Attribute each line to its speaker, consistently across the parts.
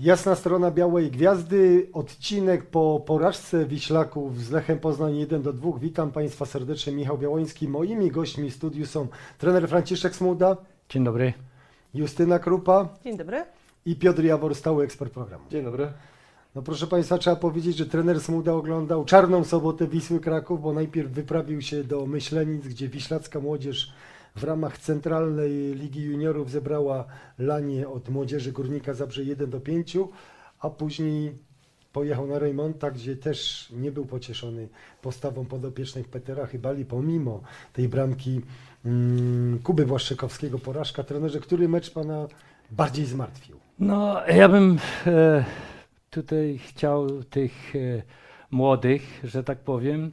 Speaker 1: Jasna strona Białej Gwiazdy, odcinek po porażce Wiślaków z Lechem Poznań 1-2. Witam Państwa serdecznie, Michał Białoński. Moimi gośćmi w studiu są trener Franciszek Smuda.
Speaker 2: Dzień dobry.
Speaker 1: Justyna Krupa.
Speaker 3: Dzień dobry.
Speaker 1: I Piotr Jawor, stały ekspert programu.
Speaker 4: Dzień dobry.
Speaker 1: No proszę Państwa, trzeba powiedzieć, że trener Smuda oglądał czarną sobotę Wisły Kraków, bo najpierw wyprawił się do Myślenic, gdzie wiślacka młodzież w ramach Centralnej Ligi Juniorów zebrała lanie od młodzieży Górnika Zabrze 1-5, a później pojechał na Rejmonta, gdzie też nie był pocieszony postawą podopiecznych Petera Chybali, pomimo tej bramki Kuby Błaszczykowskiego. Porażka. Trenerze, który mecz Pana bardziej zmartwił?
Speaker 2: No, ja bym tutaj chciał tych młodych, że tak powiem,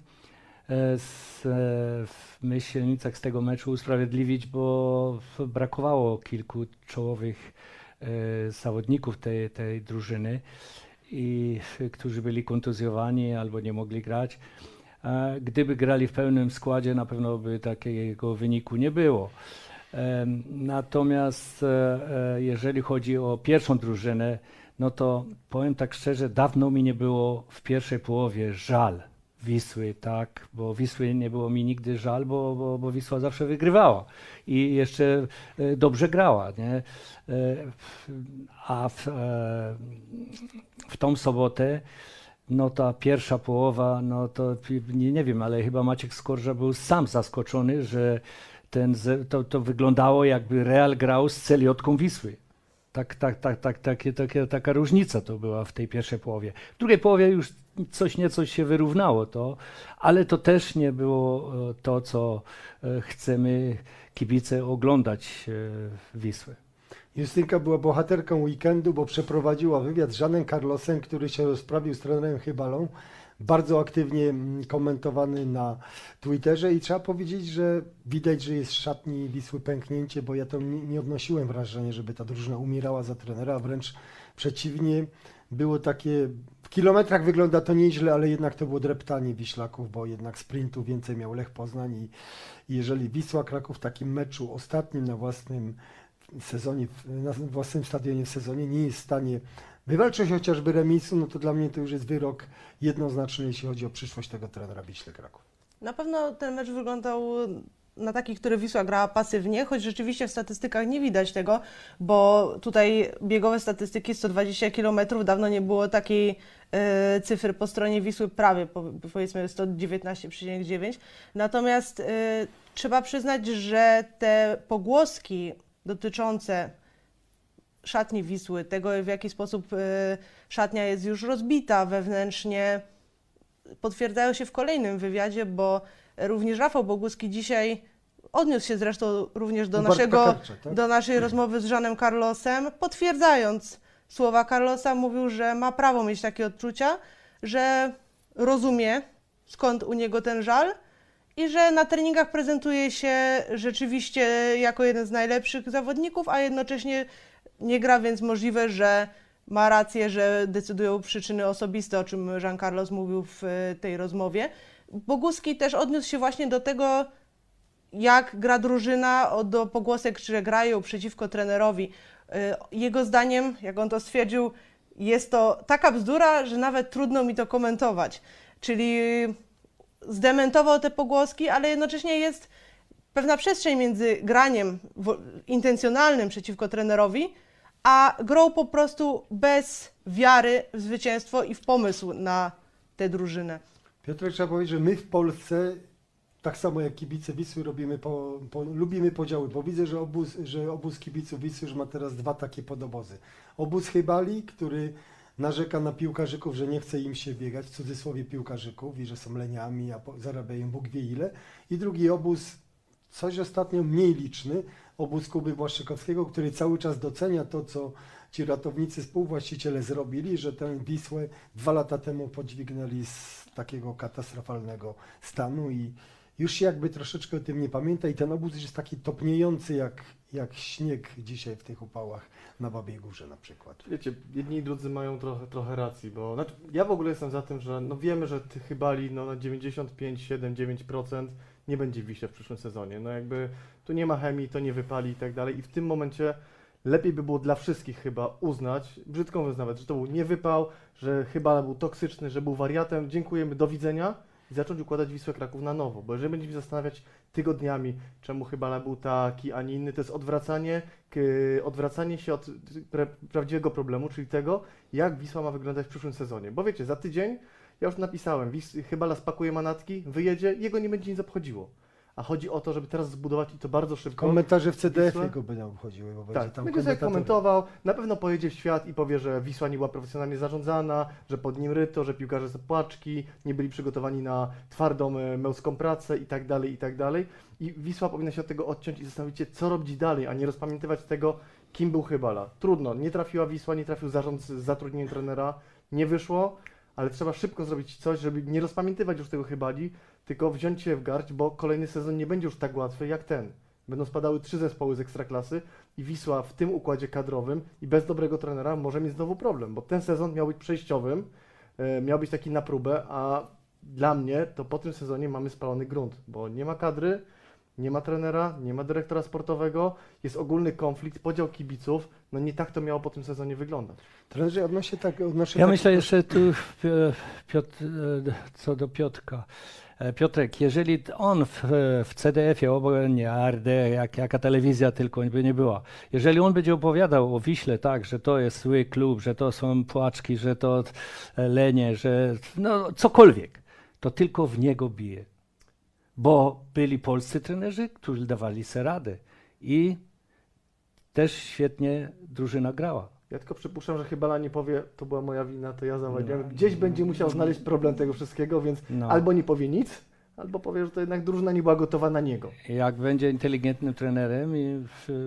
Speaker 2: w Myślenicach z tego meczu usprawiedliwić, bo brakowało kilku czołowych zawodników tej drużyny, którzy byli kontuzjowani albo nie mogli grać. Gdyby grali w pełnym składzie, na pewno by takiego wyniku nie było. Natomiast jeżeli chodzi o pierwszą drużynę, no to powiem tak szczerze, dawno mi nie było w pierwszej połowie żal Wisły, tak, bo Wisły nie było mi nigdy żal, bo Wisła zawsze wygrywała i jeszcze dobrze grała, nie? A w tą sobotę, no ta pierwsza połowa, no to nie wiem, ale chyba Maciek Skorża był sam zaskoczony, że to wyglądało, jakby Real grał z Celiotką Wisły. Taka różnica to była w tej pierwszej połowie. W drugiej połowie już coś się wyrównało to, ale to też nie było to, co chcemy kibice oglądać Wisły.
Speaker 1: Justynka była bohaterką weekendu, bo przeprowadziła wywiad z Jeanem Carlosem, który się rozprawił z trenerem Chybalą. Bardzo aktywnie komentowany na Twitterze i trzeba powiedzieć, że widać, że jest w szatni Wisły pęknięcie, bo ja to nie odnosiłem wrażenia, żeby ta drużyna umierała za trenera, a wręcz przeciwnie, było takie, w kilometrach wygląda to nieźle, ale jednak to było dreptanie Wiślaków, bo jednak sprintu więcej miał Lech Poznań i jeżeli Wisła Kraków w takim meczu ostatnim na własnym sezonie, na własnym stadionie w sezonie nie jest w stanie wywalczyć chociażby remisu, no to dla mnie to już jest wyrok jednoznaczny, jeśli chodzi o przyszłość tego trenera Wiśle Kraków.
Speaker 3: Na pewno ten mecz wyglądał na taki, który Wisła grała pasywnie, choć rzeczywiście w statystykach nie widać tego, bo tutaj biegowe statystyki 120 km, dawno nie było takiej cyfry po stronie Wisły, prawie powiedzmy 119,9. Natomiast trzeba przyznać, że te pogłoski dotyczące szatni Wisły, tego w jaki sposób szatnia jest już rozbita wewnętrznie, potwierdzają się w kolejnym wywiadzie, bo również Rafał Boguski dzisiaj odniósł się zresztą również do naszej rozmowy z Jeanem Carlosem, potwierdzając słowa Carlosa, mówił, że ma prawo mieć takie odczucia, że rozumie, skąd u niego ten żal i że na treningach prezentuje się rzeczywiście jako jeden z najlepszych zawodników, a jednocześnie nie gra, więc możliwe, że ma rację, że decydują przyczyny osobiste, o czym Jean Carlos mówił w tej rozmowie. Boguski też odniósł się właśnie do tego, jak gra drużyna, do pogłosek, że grają przeciwko trenerowi. Jego zdaniem, jak on to stwierdził, jest to taka bzdura, że nawet trudno mi to komentować. Czyli zdementował te pogłoski, ale jednocześnie jest pewna przestrzeń między graniem intencjonalnym przeciwko trenerowi, a grą po prostu bez wiary w zwycięstwo i w pomysł na tę drużynę.
Speaker 1: Piotrek, trzeba powiedzieć, że my w Polsce, tak samo jak kibice Wisły, lubimy podziały, bo widzę, że obóz kibiców Wisły już ma teraz dwa takie podobozy. Obóz Chybali, który narzeka na piłkarzyków, że nie chce im się biegać, w cudzysłowie piłkarzyków, i że są leniami, a zarabiają Bóg wie ile. I drugi obóz, coś ostatnio mniej liczny, obóz Kuby Błaszczykowskiego, który cały czas docenia to, co ci ratownicy, współwłaściciele zrobili, że tę Wisłę 2 lata temu podźwignęli z takiego katastrofalnego stanu i już się jakby troszeczkę o tym nie pamięta i ten obóz jest taki topniejący jak śnieg dzisiaj w tych upałach na Babiej Górze na przykład.
Speaker 4: Wiecie, jedni i drudzy mają trochę racji, bo znaczy, ja w ogóle jestem za tym, że no wiemy, że Chybali na 95, 7, 9% nie będzie w Wiśle w przyszłym sezonie. No jakby tu nie ma chemii, to nie wypali i tak dalej i w tym momencie lepiej by było dla wszystkich chyba uznać, brzydko mówiąc nawet, że to był niewypał, że Chybala był toksyczny, że był wariatem. Dziękujemy, do widzenia i zacząć układać Wisłę Kraków na nowo, bo jeżeli będziemy się zastanawiać tygodniami, czemu Chybala był taki, a nie inny, to jest odwracanie się od prawdziwego problemu, czyli tego, jak Wisła ma wyglądać w przyszłym sezonie. Bo wiecie, za tydzień, ja już napisałem, Chybala spakuje manatki, wyjedzie, jego nie będzie nic obchodziło. A chodzi o to, żeby teraz zbudować i to bardzo szybko.
Speaker 1: Komentarze w CDF-ie
Speaker 4: Wisłę?
Speaker 1: go będą obchodziły, bo będzie
Speaker 4: Tak,
Speaker 1: tam
Speaker 4: będzie sobie
Speaker 1: komentatorem.
Speaker 4: komentował, na pewno pojedzie w świat i powie, że Wisła nie była profesjonalnie zarządzana, że pod nim ryto, że piłkarze są płaczki, nie byli przygotowani na twardą, męską pracę i tak dalej, i tak dalej. I Wisła powinna się od tego odciąć i zastanowić się, co robić dalej, a nie rozpamiętywać tego, kim był Chybala. Trudno, nie trafiła Wisła, nie trafił zarząd z zatrudnieniem trenera, nie wyszło, ale trzeba szybko zrobić coś, żeby nie rozpamiętywać już tego Chybali, tylko wziąć się w garść, bo kolejny sezon nie będzie już tak łatwy jak ten. Będą spadały 3 zespoły z Ekstraklasy i Wisła w tym układzie kadrowym i bez dobrego trenera może mieć znowu problem, bo ten sezon miał być przejściowym, miał być taki na próbę, a dla mnie to po tym sezonie mamy spalony grunt, bo nie ma kadry, nie ma trenera, nie ma dyrektora sportowego, jest ogólny konflikt, podział kibiców, no nie tak to miało po tym sezonie wyglądać.
Speaker 1: Trenerze, odnoszę
Speaker 2: Ja
Speaker 1: taki-
Speaker 2: myślę jeszcze tu, co do Piotrka. Piotrek, jeżeli on w CDF-ie, obojętnie ARD, jaka telewizja tylko by nie była, jeżeli on będzie opowiadał o Wiśle tak, że to jest zły klub, że to są płaczki, że to lenie, że no cokolwiek, to tylko w niego bije. Bo byli polscy trenerzy, którzy dawali sobie radę i też świetnie drużyna grała.
Speaker 4: Ja tylko przypuszczam, że Chybala nie powie, to była moja wina, to ja zawadziłem. Gdzieś będzie musiał znaleźć problem tego wszystkiego, więc
Speaker 2: No.
Speaker 4: albo nie powie nic, albo powie, że to jednak drużyna nie była gotowa na niego.
Speaker 2: Jak będzie inteligentnym trenerem i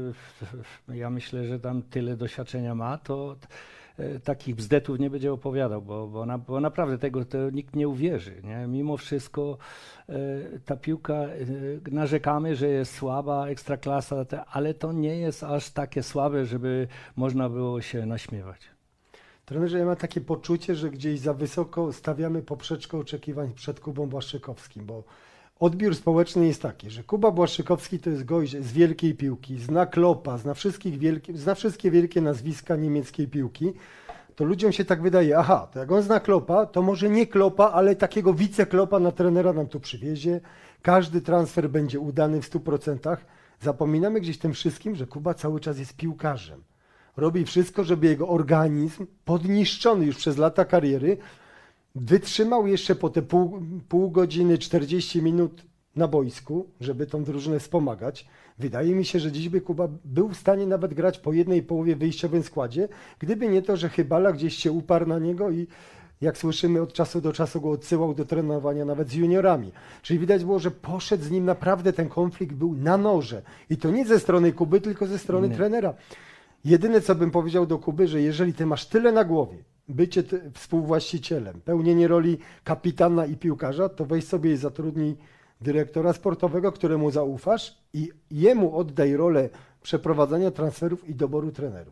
Speaker 2: ja myślę, że tam tyle doświadczenia ma, to takich bzdetów nie będzie opowiadał, bo naprawdę tego to nikt nie uwierzy. Nie? Mimo wszystko ta piłka, narzekamy, że jest słaba, ekstraklasa, ale to nie jest aż takie słabe, żeby można było się naśmiewać.
Speaker 1: Trenerze, ja mam takie poczucie, że gdzieś za wysoko stawiamy poprzeczkę oczekiwań przed Kubą Błaszczykowskim, bo odbiór społeczny jest taki, że Kuba Błaszczykowski to jest gość z wielkiej piłki, zna Kloppa, zna wszystkie wielkie nazwiska niemieckiej piłki, to ludziom się tak wydaje, aha, to jak on zna Kloppa, to może nie Kloppa, ale takiego wice-Kloppa na trenera nam tu przywiezie, każdy transfer będzie udany w 100%. Zapominamy gdzieś tym wszystkim, że Kuba cały czas jest piłkarzem. Robi wszystko, żeby jego organizm, podniszczony już przez lata kariery, wytrzymał jeszcze po te pół godziny, 40 minut na boisku, żeby tą drużynę wspomagać. Wydaje mi się, że dziś by Kuba był w stanie nawet grać po jednej połowie w wyjściowym składzie, gdyby nie to, że Chybala gdzieś się uparł na niego i jak słyszymy od czasu do czasu go odsyłał do trenowania nawet z juniorami. Czyli widać było, że poszedł z nim naprawdę, ten konflikt był na noże. I to nie ze strony Kuby, tylko ze strony trenera. Jedyne, co bym powiedział do Kuby, że jeżeli ty masz tyle na głowie, bycie współwłaścicielem, pełnienie roli kapitana i piłkarza, to weź sobie i zatrudnij dyrektora sportowego, któremu zaufasz i jemu oddaj rolę przeprowadzania transferów i doboru trenerów.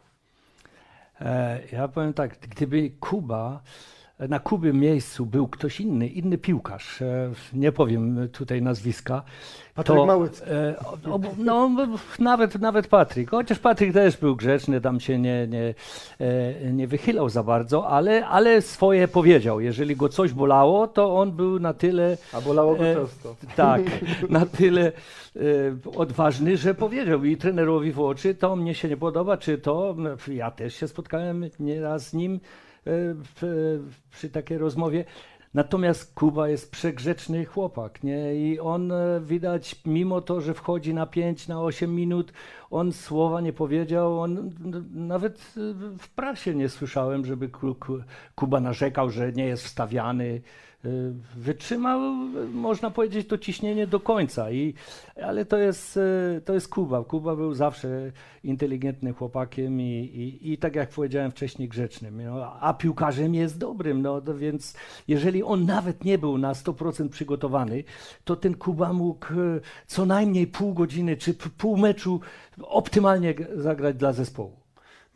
Speaker 2: Ja powiem tak, gdyby na Kuby miejscu był ktoś inny piłkarz, nie powiem tutaj nazwiska,
Speaker 1: Patryk Małecki.
Speaker 2: No, nawet Patryk, chociaż Patryk też był grzeczny, tam się nie wychylał za bardzo, ale swoje powiedział. Jeżeli go coś bolało, to on był na tyle...
Speaker 4: A bolało go często.
Speaker 2: Tak, na tyle odważny, że powiedział i trenerowi w oczy, to mnie się nie podoba, czy to... Ja też się spotkałem nieraz z nim przy takiej rozmowie. Natomiast Kuba jest przegrzeczny chłopak, nie? I on widać, mimo to, że wchodzi na 5, na 8 minut, on słowa nie powiedział, on nawet w prasie nie słyszałem, żeby Kuba narzekał, że nie jest wstawiany. Wytrzymał, można powiedzieć, to ciśnienie do końca, ale to jest Kuba. Kuba był zawsze inteligentnym chłopakiem i tak jak powiedziałem wcześniej, grzecznym. No, a piłkarzem jest dobrym, no to więc jeżeli on nawet nie był na 100% przygotowany, to ten Kuba mógł co najmniej pół godziny czy pół meczu optymalnie zagrać dla zespołu.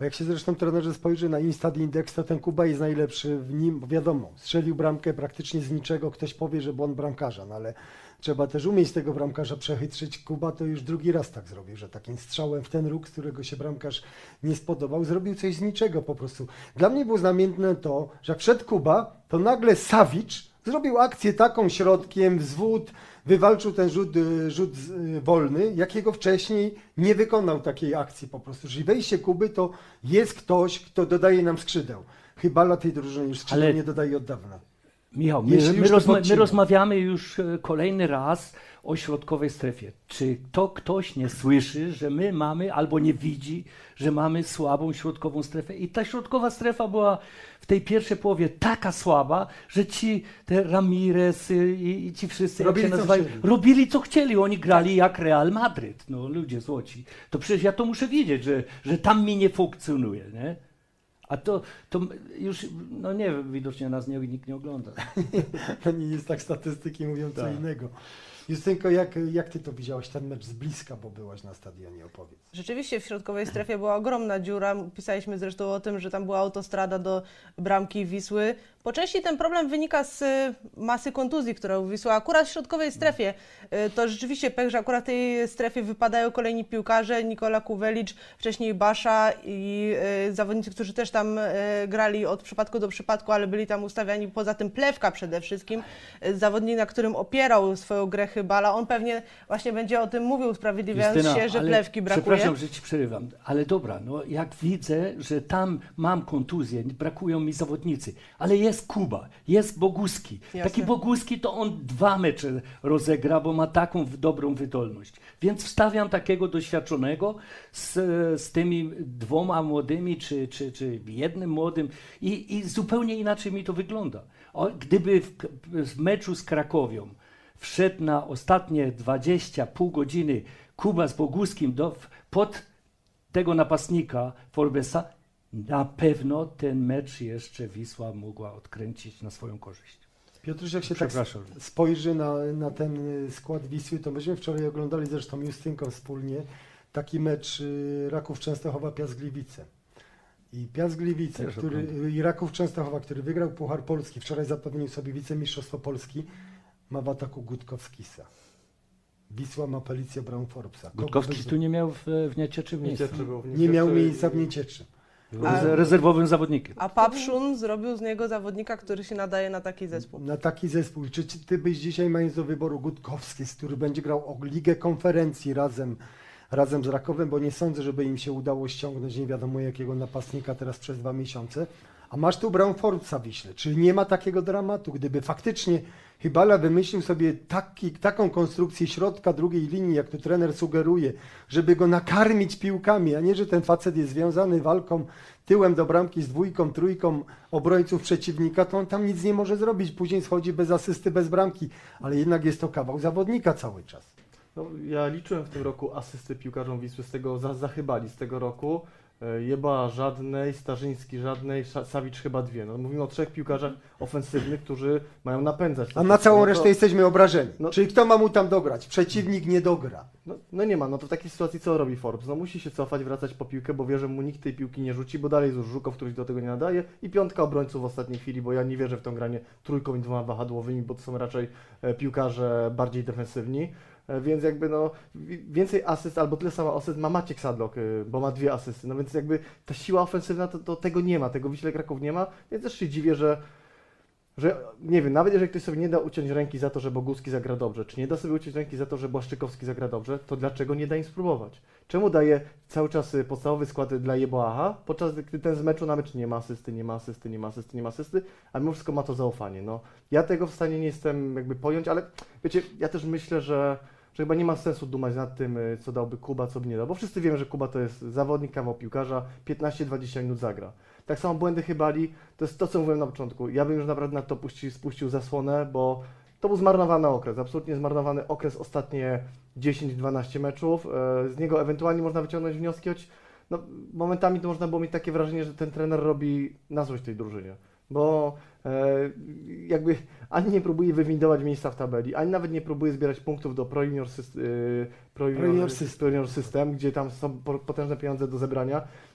Speaker 1: Bo jak się zresztą trenerze spojrzy na Instat Index, to ten Kuba jest najlepszy w nim, bo wiadomo, strzelił bramkę praktycznie z niczego, ktoś powie, że błąd bramkarza, no ale trzeba też umieć tego bramkarza przechytrzyć. Kuba to już drugi raz tak zrobił, że takim strzałem w ten róg, z którego się bramkarz nie spodobał, zrobił coś z niczego po prostu. Dla mnie było znamienne to, że jak wszedł Kuba, to nagle Savic zrobił akcję taką środkiem, wzwód, wywalczył ten rzut wolny, jakiego wcześniej nie wykonał takiej akcji po prostu. Czyli wejście Kuby to jest ktoś, kto dodaje nam skrzydeł. Chyba tej drużynie już skrzydeł
Speaker 2: Ale-
Speaker 1: nie dodaje od dawna.
Speaker 2: Michał,
Speaker 1: Jeśli już to
Speaker 2: my
Speaker 1: podcina.
Speaker 2: rozmawiamy już kolejny raz o środkowej strefie. Czy to ktoś nie słyszy, że my mamy albo nie widzi, że mamy słabą środkową strefę? I ta środkowa strefa była w tej pierwszej połowie taka słaba, że te Ramirez i ci wszyscy,
Speaker 1: Robili,
Speaker 2: jak się
Speaker 1: co
Speaker 2: nazywają,
Speaker 1: chcieli.
Speaker 2: robili co chcieli. Oni grali jak Real Madryt. No ludzie złoci. To przecież ja to muszę wiedzieć, że tam mi nie funkcjonuje, nie? A to już, no nie wiem, widocznie nas nikt nie ogląda.
Speaker 1: To nie jest tak, statystyki mówią co
Speaker 2: Tak.
Speaker 1: innego. Justynko, jak ty to widziałaś ten mecz z bliska, bo byłaś na stadionie, opowiedz.
Speaker 3: Rzeczywiście w środkowej strefie była ogromna dziura. Pisaliśmy zresztą o tym, że tam była autostrada do bramki Wisły. Po części ten problem wynika z masy kontuzji, którą Wisła akurat w środkowej strefie. To rzeczywiście pech, że akurat w tej strefie wypadają kolejni piłkarze, Nikola Kuwelicz, wcześniej Basza i zawodnicy, którzy też tam grali od przypadku do przypadku, ale byli tam ustawiani. Poza tym Plewka przede wszystkim, zawodnik, na którym opierał swoją grę Chybala. On pewnie właśnie będzie o tym mówił, usprawiedliwiając
Speaker 2: Justyna,
Speaker 3: się, że
Speaker 2: ale
Speaker 3: Plewki brakuje.
Speaker 2: Przepraszam, że ci przerywam, ale dobra, no jak widzę, że tam mam kontuzję, brakują mi zawodnicy, ale jest Kuba, jest Boguski.
Speaker 3: Jasne.
Speaker 2: Taki Boguski to on 2 mecze rozegra, bo ma taką dobrą wydolność. Więc wstawiam takiego doświadczonego z tymi 2 młodymi, czy jednym młodym i zupełnie inaczej mi to wygląda. Gdyby w meczu z Krakowią wszedł na ostatnie 20, pół godziny Kuba z Boguskim pod tego napastnika Forbesa, na pewno ten mecz jeszcze Wisła mogła odkręcić na swoją korzyść.
Speaker 1: Piotruś, jak się tak
Speaker 2: Przepraszam.
Speaker 1: spojrzy na ten skład Wisły, to myśmy wczoraj oglądali zresztą Justynką wspólnie taki mecz Raków Częstochowa Piast Gliwice. I Piast Gliwice,
Speaker 2: Też
Speaker 1: i Raków Częstochowa, który wygrał Puchar Polski, wczoraj zapewnił sobie wicemistrzostwo Polski, ma w ataku Gutkowskisa. Wisła ma Felicję Braun Forbesa.
Speaker 2: Gutkowski tu nie miał w Niecieczy miejsca.
Speaker 4: Niecieczy był w
Speaker 1: nie miał
Speaker 4: Niecieczy
Speaker 1: miejsca w
Speaker 4: i-
Speaker 1: Niecieczy.
Speaker 2: Był
Speaker 3: A-
Speaker 2: rezerwowym zawodnikiem.
Speaker 3: A Papszun zrobił z niego zawodnika, który się nadaje na taki zespół.
Speaker 1: Na taki zespół. Czy ty byś dzisiaj, mając do wyboru Gutkowski, który będzie grał o Ligę Konferencji razem z Rakowem, bo nie sądzę, żeby im się udało ściągnąć nie wiadomo jakiego napastnika teraz przez 2 miesiące, a masz tu Braun Forbesa w Wiśle, czyli nie ma takiego dramatu. Gdyby faktycznie Chybala wymyślił sobie taką konstrukcję środka drugiej linii, jak to trener sugeruje, żeby go nakarmić piłkami, a nie, że ten facet jest związany walką tyłem do bramki z 2, 3 obrońców przeciwnika, to on tam nic nie może zrobić. Później schodzi bez asysty, bez bramki, ale jednak jest to kawał zawodnika cały czas.
Speaker 4: No, ja liczyłem w tym roku asysty piłkarzom Wisły z tego, zachybali z tego roku. Jeba żadnej, Starzyński żadnej, Savic chyba 2. No, mówimy o 3 piłkarzach ofensywnych, którzy mają napędzać.
Speaker 1: A na całą
Speaker 4: No to-
Speaker 1: resztę jesteśmy obrażeni.
Speaker 4: No-
Speaker 1: Czyli kto ma mu tam dograć? Przeciwnik nie dogra.
Speaker 4: No nie ma, no to w takiej sytuacji co robi Forbes? No musi się cofać, wracać po piłkę, bo wie, że mu nikt tej piłki nie rzuci, bo dalej jest już Żukow, który się do tego nie nadaje i 5 obrońców w ostatniej chwili, bo ja nie wierzę w tą granie trójką i 2 wahadłowymi, bo to są raczej piłkarze bardziej defensywni. Więc jakby no więcej asyst albo tyle samo asyst ma Maciek Sadlok, bo ma 2 asysty. No więc jakby ta siła ofensywna to tego nie ma, tego Wiśle Kraków nie ma. Więc też się dziwię, że nie wiem, nawet jeżeli ktoś sobie nie da uciąć ręki za to, że Boguski zagra dobrze, czy nie da sobie uciąć ręki za to, że Błaszczykowski zagra dobrze, to dlaczego nie da im spróbować? Czemu daje cały czas podstawowy skład dla Jeboaha, podczas gdy ten z meczu na mecz nie ma asysty, nie ma asysty, nie ma asysty, nie ma asysty, a mimo wszystko ma to zaufanie. No, ja tego w stanie nie jestem jakby pojąć, ale wiecie, ja też myślę, że chyba nie ma sensu dumać nad tym, co dałby Kuba, co by nie dał, bo wszyscy wiemy, że Kuba to jest zawodnik, kawał piłkarza, 15-20 minut zagra. Tak samo błędy Chybali, to jest to, co mówiłem na początku. Ja bym już naprawdę na to spuścił zasłonę, bo to był zmarnowany okres, absolutnie zmarnowany okres, ostatnie 10-12 meczów. Z niego ewentualnie można wyciągnąć wnioski, choć no, momentami to można było mieć takie wrażenie, że ten trener robi na złość tej drużynie. Bo jakby ani nie próbuje wywindować miejsca w tabeli, ani nawet nie próbuje zbierać punktów do Pro Junior System, gdzie tam są potężne pieniądze do zebrania.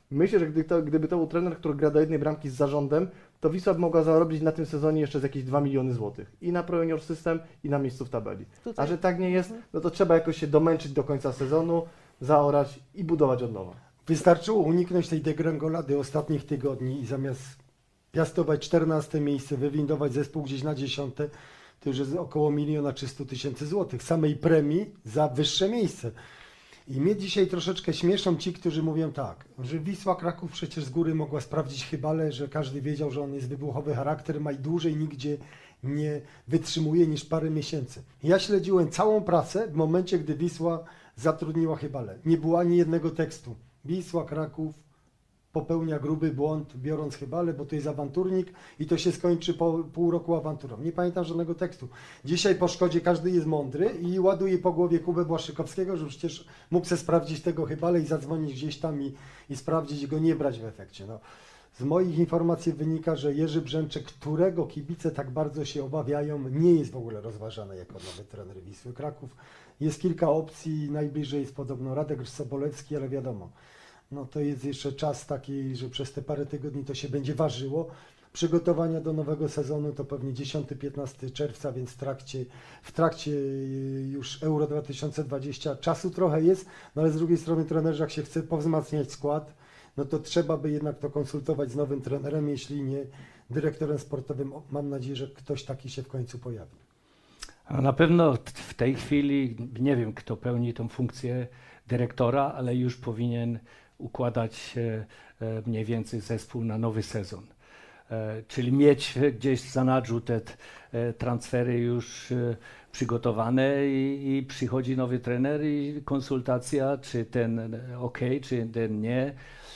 Speaker 4: Myślę, że gdyby to był trener, który gra do jednej bramki z Zarządem, to Wisła by mogła zarobić na tym sezonie jeszcze z jakieś 2 miliony złotych. I na Pro Junior System, i na miejscu w tabeli.
Speaker 3: Tutaj-
Speaker 4: A że tak nie jest, no to trzeba jakoś się domęczyć do końca sezonu, zaorać i budować od nowa.
Speaker 1: Wystarczyło uniknąć tej degrengolady ostatnich tygodni i zamiast piastować 14 miejsce, wywindować zespół gdzieś na 10, to już jest około 1 300 000 złotych samej premii za wyższe miejsce. I mnie dzisiaj troszeczkę śmieszą ci, którzy mówią tak, że Wisła Kraków przecież z góry mogła sprawdzić Chybale, że każdy wiedział, że on jest wybuchowy charakter, ma i dłużej nigdzie nie wytrzymuje niż parę miesięcy. Ja śledziłem całą pracę w momencie, gdy Wisła zatrudniła Chybale. Nie było ani jednego tekstu. Wisła Kraków popełnia gruby błąd, biorąc Chybale, bo to jest awanturnik i to się skończy po pół roku awanturą. Nie pamiętam żadnego tekstu. Dzisiaj po szkodzie każdy jest mądry i ładuje po głowie Kubę Błaszczykowskiego, że przecież mógł sobie sprawdzić tego Chybale i zadzwonić gdzieś tam i sprawdzić i go nie brać w efekcie. No. Z moich informacji wynika, że Jerzy Brzęczek, którego kibice tak bardzo się obawiają, nie jest w ogóle rozważany jako nowy trener Wisły Kraków. Jest kilka opcji, najbliżej jest podobno Radek Sobolewski, ale wiadomo, no to jest jeszcze czas taki, że przez te parę tygodni to się będzie ważyło. Przygotowania do nowego sezonu to pewnie 10-15 czerwca, więc w trakcie już Euro 2020 czasu trochę jest, no ale z drugiej strony trenerzy, jak się chce powzmacniać skład, no to trzeba by jednak to konsultować z nowym trenerem, jeśli nie dyrektorem sportowym. Mam nadzieję, że ktoś taki się w końcu pojawi.
Speaker 2: A na pewno w tej chwili, nie wiem kto pełni tą funkcję dyrektora, ale już powinien układać mniej więcej zespół na nowy sezon. Czyli mieć gdzieś w zanadrzu te transfery już przygotowane i przychodzi nowy trener i konsultacja, czy ten ok, czy ten nie.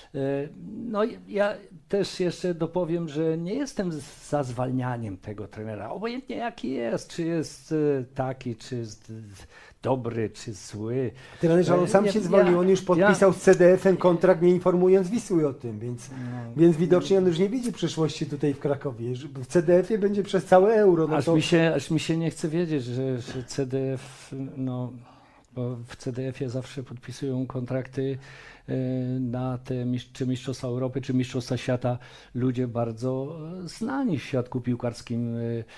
Speaker 2: No ja też jeszcze dopowiem, że nie jestem za zwalnianiem tego trenera, obojętnie jaki jest, czy jest taki, czy jest dobry, czy zły.
Speaker 1: Trener, on sam się zwolnił, on już podpisał z CDF-em kontrakt, nie informując Wisły o tym, więc widocznie on już nie widzi przyszłości tutaj w Krakowie. W CDF-ie będzie przez całe Euro. No
Speaker 2: aż mi się nie chce wiedzieć, że CDF, no, bo w CDF-ie zawsze podpisują kontrakty na te czy Mistrzostwa Europy, czy Mistrzostwa Świata ludzie bardzo znani w świadku piłkarskim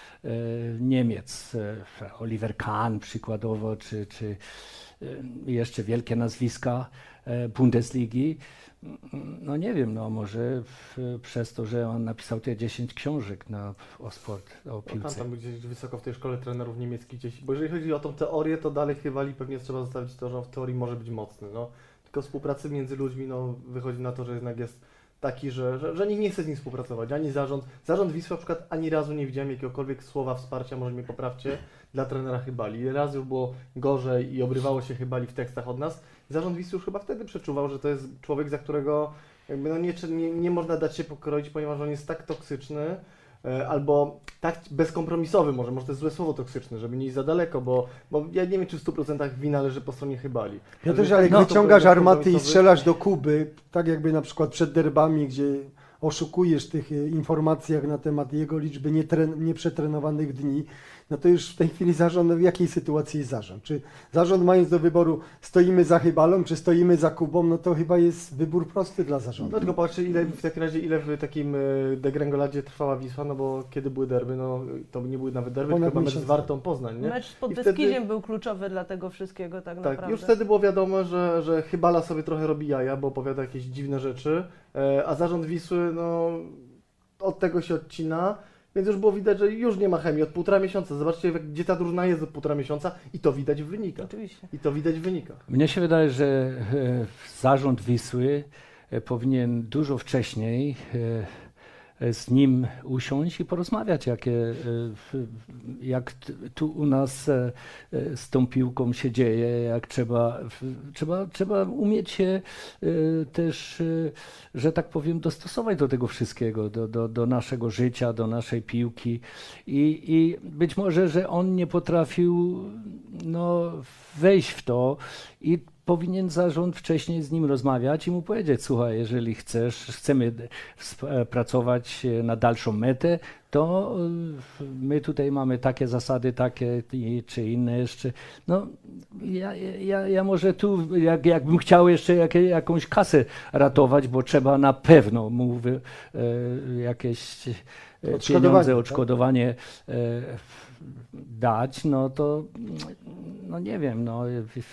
Speaker 2: Niemiec. Oliver Kahn przykładowo, czy jeszcze wielkie nazwiska Bundesligi. No nie wiem, no może przez to, że on napisał te 10 książek o sport, o piłce.
Speaker 4: Tam gdzieś wysoko w tej szkole trenerów niemieckich gdzieś, bo jeżeli chodzi o tą teorię, to dalej chyba pewnie trzeba zostawić to, że on w teorii może być mocny, no. Tylko współpracy między ludźmi, no wychodzi na to, że jednak jest taki, że nikt nie chce z nim współpracować, ani zarząd. Zarząd Wisły na przykład ani razu nie widziałem jakiegokolwiek słowa wsparcia, może mnie poprawcie, dla trenera Chybali. Raz już było gorzej i obrywało się Chybali w tekstach od nas. Zarząd Wisły już chyba wtedy przeczuwał, że to jest człowiek, za którego jakby no nie można dać się pokroić, ponieważ on jest tak toksyczny, albo tak bezkompromisowy może to jest złe słowo toksyczne, żeby nie iść za daleko, bo ja nie wiem, czy w 100% wina leży po stronie Chybali.
Speaker 1: Ja też, ale jak wyciągasz armaty i strzelasz do Kuby, tak jakby na przykład przed derbami, gdzie oszukujesz w tych informacjach na temat jego liczby nieprzetrenowanych dni, no to już w tej chwili zarząd, w jakiej sytuacji jest zarząd? Czy zarząd mając do wyboru stoimy za Chybalą, czy stoimy za Kubą, no to chyba jest wybór prosty dla zarządu.
Speaker 4: No tylko patrzcie, w takim razie ile w takim degrengoladzie trwała Wisła, no bo kiedy były derby, no to nie były nawet derby, tylko mecz z Wartą Poznań, nie?
Speaker 3: Mecz pod Beskidziem był kluczowy dla tego wszystkiego tak naprawdę.
Speaker 4: Już wtedy było wiadomo, że Chybala sobie trochę robi jaja, bo opowiada jakieś dziwne rzeczy, a zarząd Wisły, no od tego się odcina. Więc już było widać, że już nie ma chemii od 1,5 miesiąca. Zobaczcie, gdzie ta drużyna jest od 1,5 miesiąca i to widać w wynikach.
Speaker 3: Oczywiście.
Speaker 4: I to widać w wynikach.
Speaker 2: Mnie się wydaje, że zarząd Wisły powinien dużo wcześniej z nim usiąść i porozmawiać, jak tu u nas z tą piłką się dzieje, jak trzeba umieć się też, że tak powiem, dostosować do tego wszystkiego, do naszego życia, do naszej piłki i być może, że on nie potrafił wejść w to i powinien zarząd wcześniej z nim rozmawiać i mu powiedzieć, słuchaj, jeżeli chcemy pracować na dalszą metę, to my tutaj mamy takie zasady, takie czy inne jeszcze. No, ja może tu, jakbym chciał jeszcze jakąś kasę ratować, bo trzeba na pewno mu jakieś pieniądze, odszkodowanie dać, no to no nie wiem, no.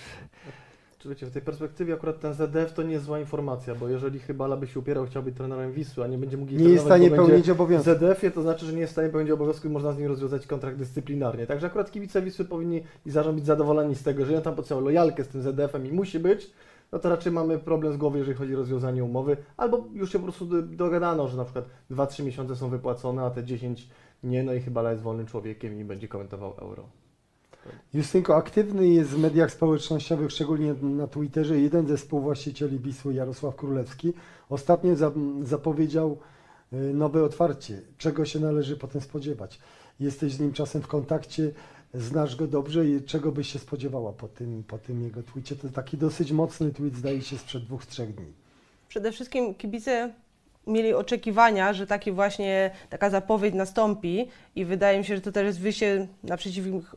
Speaker 4: Czy wiecie, w tej perspektywie akurat ten ZDF to nie jest zła informacja, bo jeżeli Chybala by się upierał, chciał być trenerem Wisły, a nie będzie mógł
Speaker 1: nie jest w stanie pełnić obowiązków.
Speaker 4: W ZDF-ie to znaczy, że nie jest w stanie pełnić obowiązków i można z nim rozwiązać kontrakt dyscyplinarnie. Także akurat kibice Wisły powinni i zarząd być zadowoleni z tego, że on tam podpisał lojalkę z tym ZDF-em i musi być, no to raczej mamy problem z głowy, jeżeli chodzi o rozwiązanie umowy, albo już się po prostu dogadano, że na przykład 2-3 miesiące są wypłacone, a te 10 nie, no i Chybala jest wolnym człowiekiem i będzie komentował Euro.
Speaker 1: Justynko, aktywny jest w mediach społecznościowych, szczególnie na Twitterze, jeden ze współwłaścicieli Wisły, Jarosław Królewski. Ostatnio zapowiedział nowe otwarcie. Czego się należy potem spodziewać? Jesteś z nim czasem w kontakcie, znasz go dobrze i czego byś się spodziewała po tym jego tweetie? To taki dosyć mocny tweet, zdaje się, sprzed 2-3 dni.
Speaker 3: Przede wszystkim kibice mieli oczekiwania, że taka zapowiedź nastąpi i wydaje mi się, że to też jest wyjście naprzeciw ich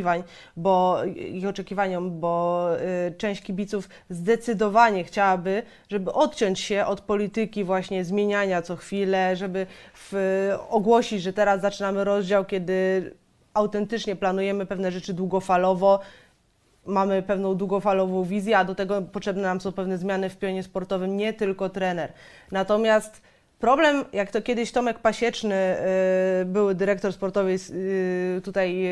Speaker 3: oczekiwaniom, bo część kibiców zdecydowanie chciałaby, żeby odciąć się od polityki właśnie zmieniania co chwilę, żeby ogłosić, że teraz zaczynamy rozdział, kiedy autentycznie planujemy pewne rzeczy długofalowo, mamy pewną długofalową wizję, a do tego potrzebne nam są pewne zmiany w pionie sportowym, nie tylko trener. Natomiast problem, jak to kiedyś Tomek Pasieczny, były dyrektor sportowy tutaj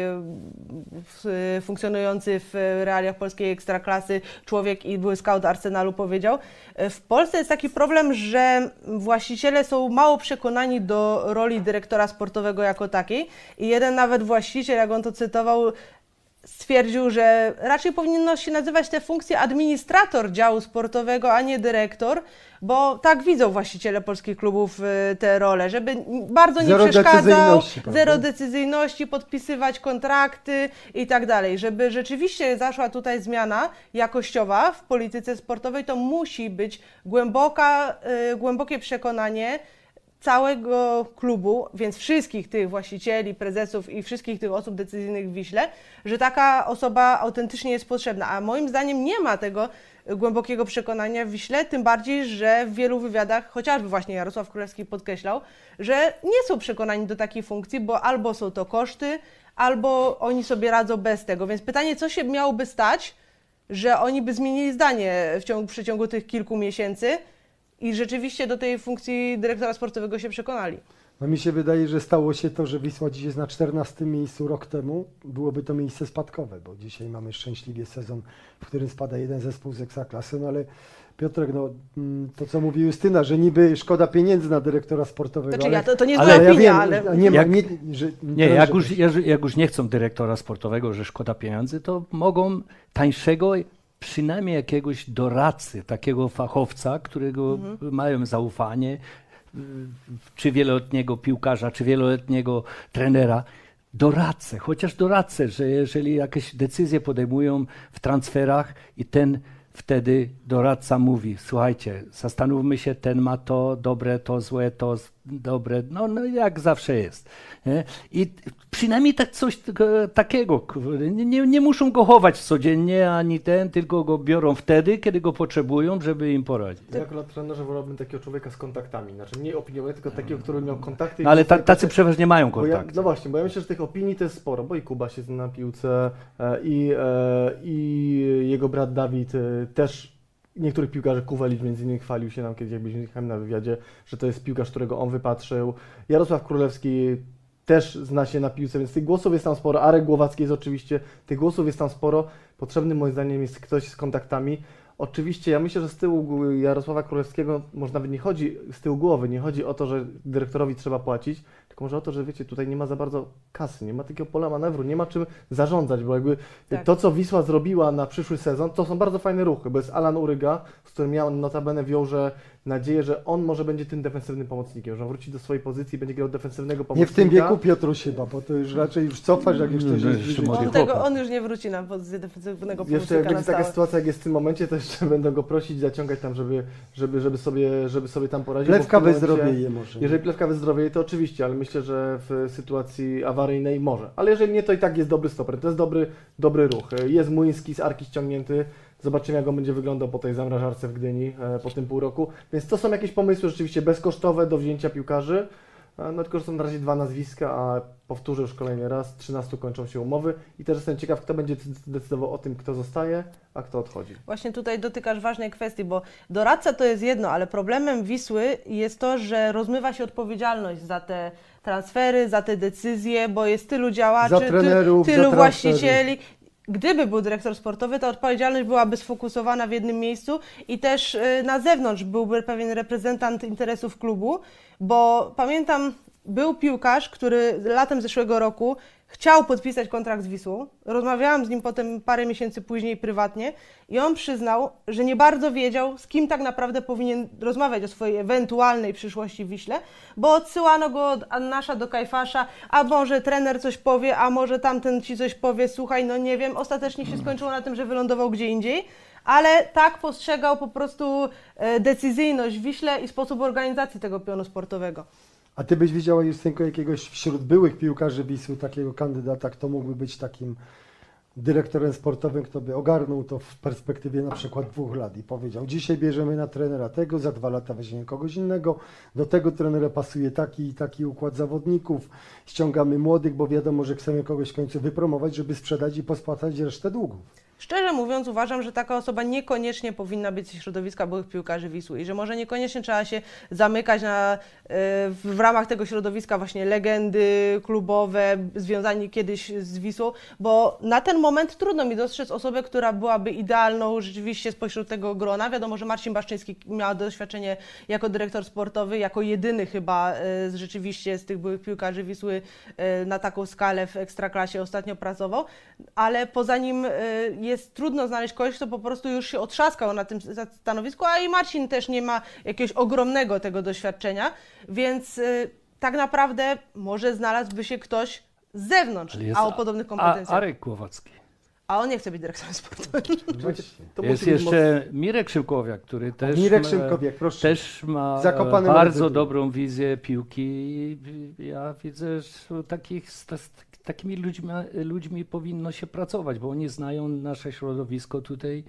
Speaker 3: funkcjonujący w realiach polskiej ekstraklasy, człowiek i były scout Arsenalu, powiedział, w Polsce jest taki problem, że właściciele są mało przekonani do roli dyrektora sportowego jako takiej i jeden nawet właściciel, jak on to cytował, stwierdził, że raczej powinno się nazywać te funkcje administrator działu sportowego, a nie dyrektor, bo tak widzą właściciele polskich klubów te role, żeby bardzo nie przeszkadzał, zero decyzyjności, podpisywać kontrakty i tak dalej. Żeby rzeczywiście zaszła tutaj zmiana jakościowa w polityce sportowej, to musi być głębokie przekonanie całego klubu, więc wszystkich tych właścicieli, prezesów i wszystkich tych osób decyzyjnych w Wiśle, że taka osoba autentycznie jest potrzebna. A moim zdaniem nie ma tego głębokiego przekonania w Wiśle, tym bardziej, że w wielu wywiadach, chociażby właśnie Jarosław Królewski podkreślał, że nie są przekonani do takiej funkcji, bo albo są to koszty, albo oni sobie radzą bez tego. Więc pytanie, co się miałoby stać, że oni by zmienili zdanie w przeciągu tych kilku miesięcy, i rzeczywiście do tej funkcji dyrektora sportowego się przekonali.
Speaker 1: No mi się wydaje, że stało się to, że Wisła dziś jest na 14. miejscu. Rok temu byłoby to miejsce spadkowe, bo dzisiaj mamy szczęśliwie sezon, w którym spada jeden zespół z ekstraklasy, no ale Piotrek, no to co mówi Justyna, że niby szkoda pieniędzy na dyrektora sportowego.
Speaker 3: Znaczy, to nie jest moja opinia, ale...
Speaker 2: Jak już nie chcą dyrektora sportowego, że szkoda pieniędzy, to mogą tańszego przynajmniej jakiegoś doradcy, takiego fachowca, którego mają zaufanie, czy wieloletniego piłkarza, czy wieloletniego trenera, doradcę, chociaż doradcę, że jeżeli jakieś decyzje podejmują w transferach i wtedy doradca mówi, słuchajcie, zastanówmy się, ten ma to dobre, to złe, to dobre, no jak zawsze jest. Nie? I przynajmniej coś takiego, nie muszą go chować codziennie, ani tylko go biorą wtedy, kiedy go potrzebują, żeby im poradzić.
Speaker 4: Ja akurat trenerze wolałbym takiego człowieka z kontaktami, znaczy nie opiniowego, tylko takiego, który miał kontakty.
Speaker 2: No, ale tacy przeważnie mają kontakty.
Speaker 4: No właśnie, bo ja myślę, że tych opinii to jest sporo, bo i Kuba się zna na piłce i jego brat Dawid też. Niektórych piłkarzy, Kuwelić między innymi chwalił się nam kiedyś, jak byliśmy na wywiadzie, że to jest piłkarz, którego on wypatrzył. Jarosław Królewski też zna się na piłce, więc tych głosów jest tam sporo. Arek Głowacki jest oczywiście, tych głosów jest tam sporo. Potrzebny moim zdaniem jest ktoś z kontaktami. Oczywiście ja myślę, że z tyłu Jarosława Królewskiego może nawet nie chodzi, z tyłu głowy, nie chodzi o to, że dyrektorowi trzeba płacić, tylko może o to, że wiecie, tutaj nie ma za bardzo kasy, nie ma takiego pola manewru, nie ma czym zarządzać, bo jakby to, co Wisła zrobiła na przyszły sezon, to są bardzo fajne ruchy, bo jest Alan Uryga, z którym ja notabene wiąże nadzieję, że on może będzie tym defensywnym pomocnikiem, że on wróci do swojej pozycji i będzie grał defensywnego
Speaker 1: Nie
Speaker 4: pomocnika.
Speaker 1: w tym wieku Piotruś chyba, bo to już raczej już cofasz, jak już ktoś
Speaker 2: No,
Speaker 1: jest
Speaker 2: jeszcze
Speaker 1: bliżej.
Speaker 2: młody
Speaker 3: On,
Speaker 2: chłopak.
Speaker 3: on już nie wróci na pozycję defensywnego
Speaker 4: Jeszcze jak
Speaker 3: pomocnika na
Speaker 4: będzie taka
Speaker 3: stałe.
Speaker 4: sytuacja, jak jest w tym momencie, to jeszcze będą go prosić, zaciągać tam, żeby sobie tam poradzić.
Speaker 1: Plewka
Speaker 4: bo w tym momencie-
Speaker 1: wyzdrowieje może.
Speaker 4: Jeżeli plewka wyzdrowieje, to oczywiście, ale myślę, że w sytuacji awaryjnej może. Ale jeżeli nie, to i tak jest dobry stoper. To jest dobry ruch. Jest Młyński z Arki ściągnięty. Zobaczymy, jak on będzie wyglądał po tej zamrażarce w Gdyni po tym pół roku. Więc to są jakieś pomysły rzeczywiście bezkosztowe do wzięcia piłkarzy. No tylko, że są na razie 2 nazwiska, a powtórzę już kolejny raz, 13 kończą się umowy i też jestem ciekaw, kto będzie decydował o tym, kto zostaje, a kto odchodzi.
Speaker 3: Właśnie tutaj dotykasz ważnej kwestii, bo doradca to jest jedno, ale problemem Wisły jest to, że rozmywa się odpowiedzialność za te transfery, za te decyzje, bo jest tylu działaczy,
Speaker 1: Za trenerów, za
Speaker 3: tylu
Speaker 1: transfery.
Speaker 3: właścicieli. Gdyby był dyrektor sportowy, to odpowiedzialność byłaby sfokusowana w jednym miejscu i też na zewnątrz byłby pewien reprezentant interesów klubu, bo pamiętam, był piłkarz, który latem zeszłego roku chciał podpisać kontrakt z Wisłą. Rozmawiałam z nim potem parę miesięcy później prywatnie i on przyznał, że nie bardzo wiedział, z kim tak naprawdę powinien rozmawiać o swojej ewentualnej przyszłości w Wiśle, bo odsyłano go od Annasza do Kajfasza, a może trener coś powie, a może tamten ci coś powie, słuchaj, no nie wiem. Ostatecznie się skończyło na tym, że wylądował gdzie indziej, ale tak postrzegał po prostu decyzyjność w Wiśle i sposób organizacji tego pionu sportowego.
Speaker 1: A ty byś widziała, Justynko, jakiegoś wśród byłych piłkarzy Wisły, takiego kandydata, kto mógłby być takim dyrektorem sportowym, kto by ogarnął to w perspektywie na przykład 2 lat i powiedział, dzisiaj bierzemy na trenera tego, za 2 lata weźmiemy kogoś innego, do tego trenera pasuje taki i taki układ zawodników, ściągamy młodych, bo wiadomo, że chcemy kogoś w końcu wypromować, żeby sprzedać i pospłacać resztę długów.
Speaker 3: Szczerze mówiąc, uważam, że taka osoba niekoniecznie powinna być ze środowiska byłych piłkarzy Wisły i że może niekoniecznie trzeba się zamykać w ramach tego środowiska właśnie legendy klubowe, związani kiedyś z Wisłą, bo na ten moment trudno mi dostrzec osobę, która byłaby idealną rzeczywiście spośród tego grona. Wiadomo, że Marcin Baszczyński miał doświadczenie jako dyrektor sportowy, jako jedyny chyba rzeczywiście z tych byłych piłkarzy Wisły na taką skalę w Ekstraklasie ostatnio pracował, ale poza nim jest trudno znaleźć kogoś, kto po prostu już się otrzaskał na tym stanowisku, a i Marcin też nie ma jakiegoś ogromnego tego doświadczenia, więc tak naprawdę może znalazłby się ktoś z zewnątrz, a o podobnych kompetencjach.
Speaker 2: Arek Głowacki.
Speaker 3: A on nie chce być dyrektorem sportowym.
Speaker 4: To
Speaker 2: Jest
Speaker 4: musi być
Speaker 2: jeszcze Mirek Szymkowiak, który też,
Speaker 1: Mirek Szymkowiak, proszę.
Speaker 2: też ma
Speaker 1: Zakopany
Speaker 2: bardzo
Speaker 1: bardzo.
Speaker 2: dobrą wizję piłki. Ja widzę, że takimi ludźmi powinno się pracować, bo oni znają nasze środowisko tutaj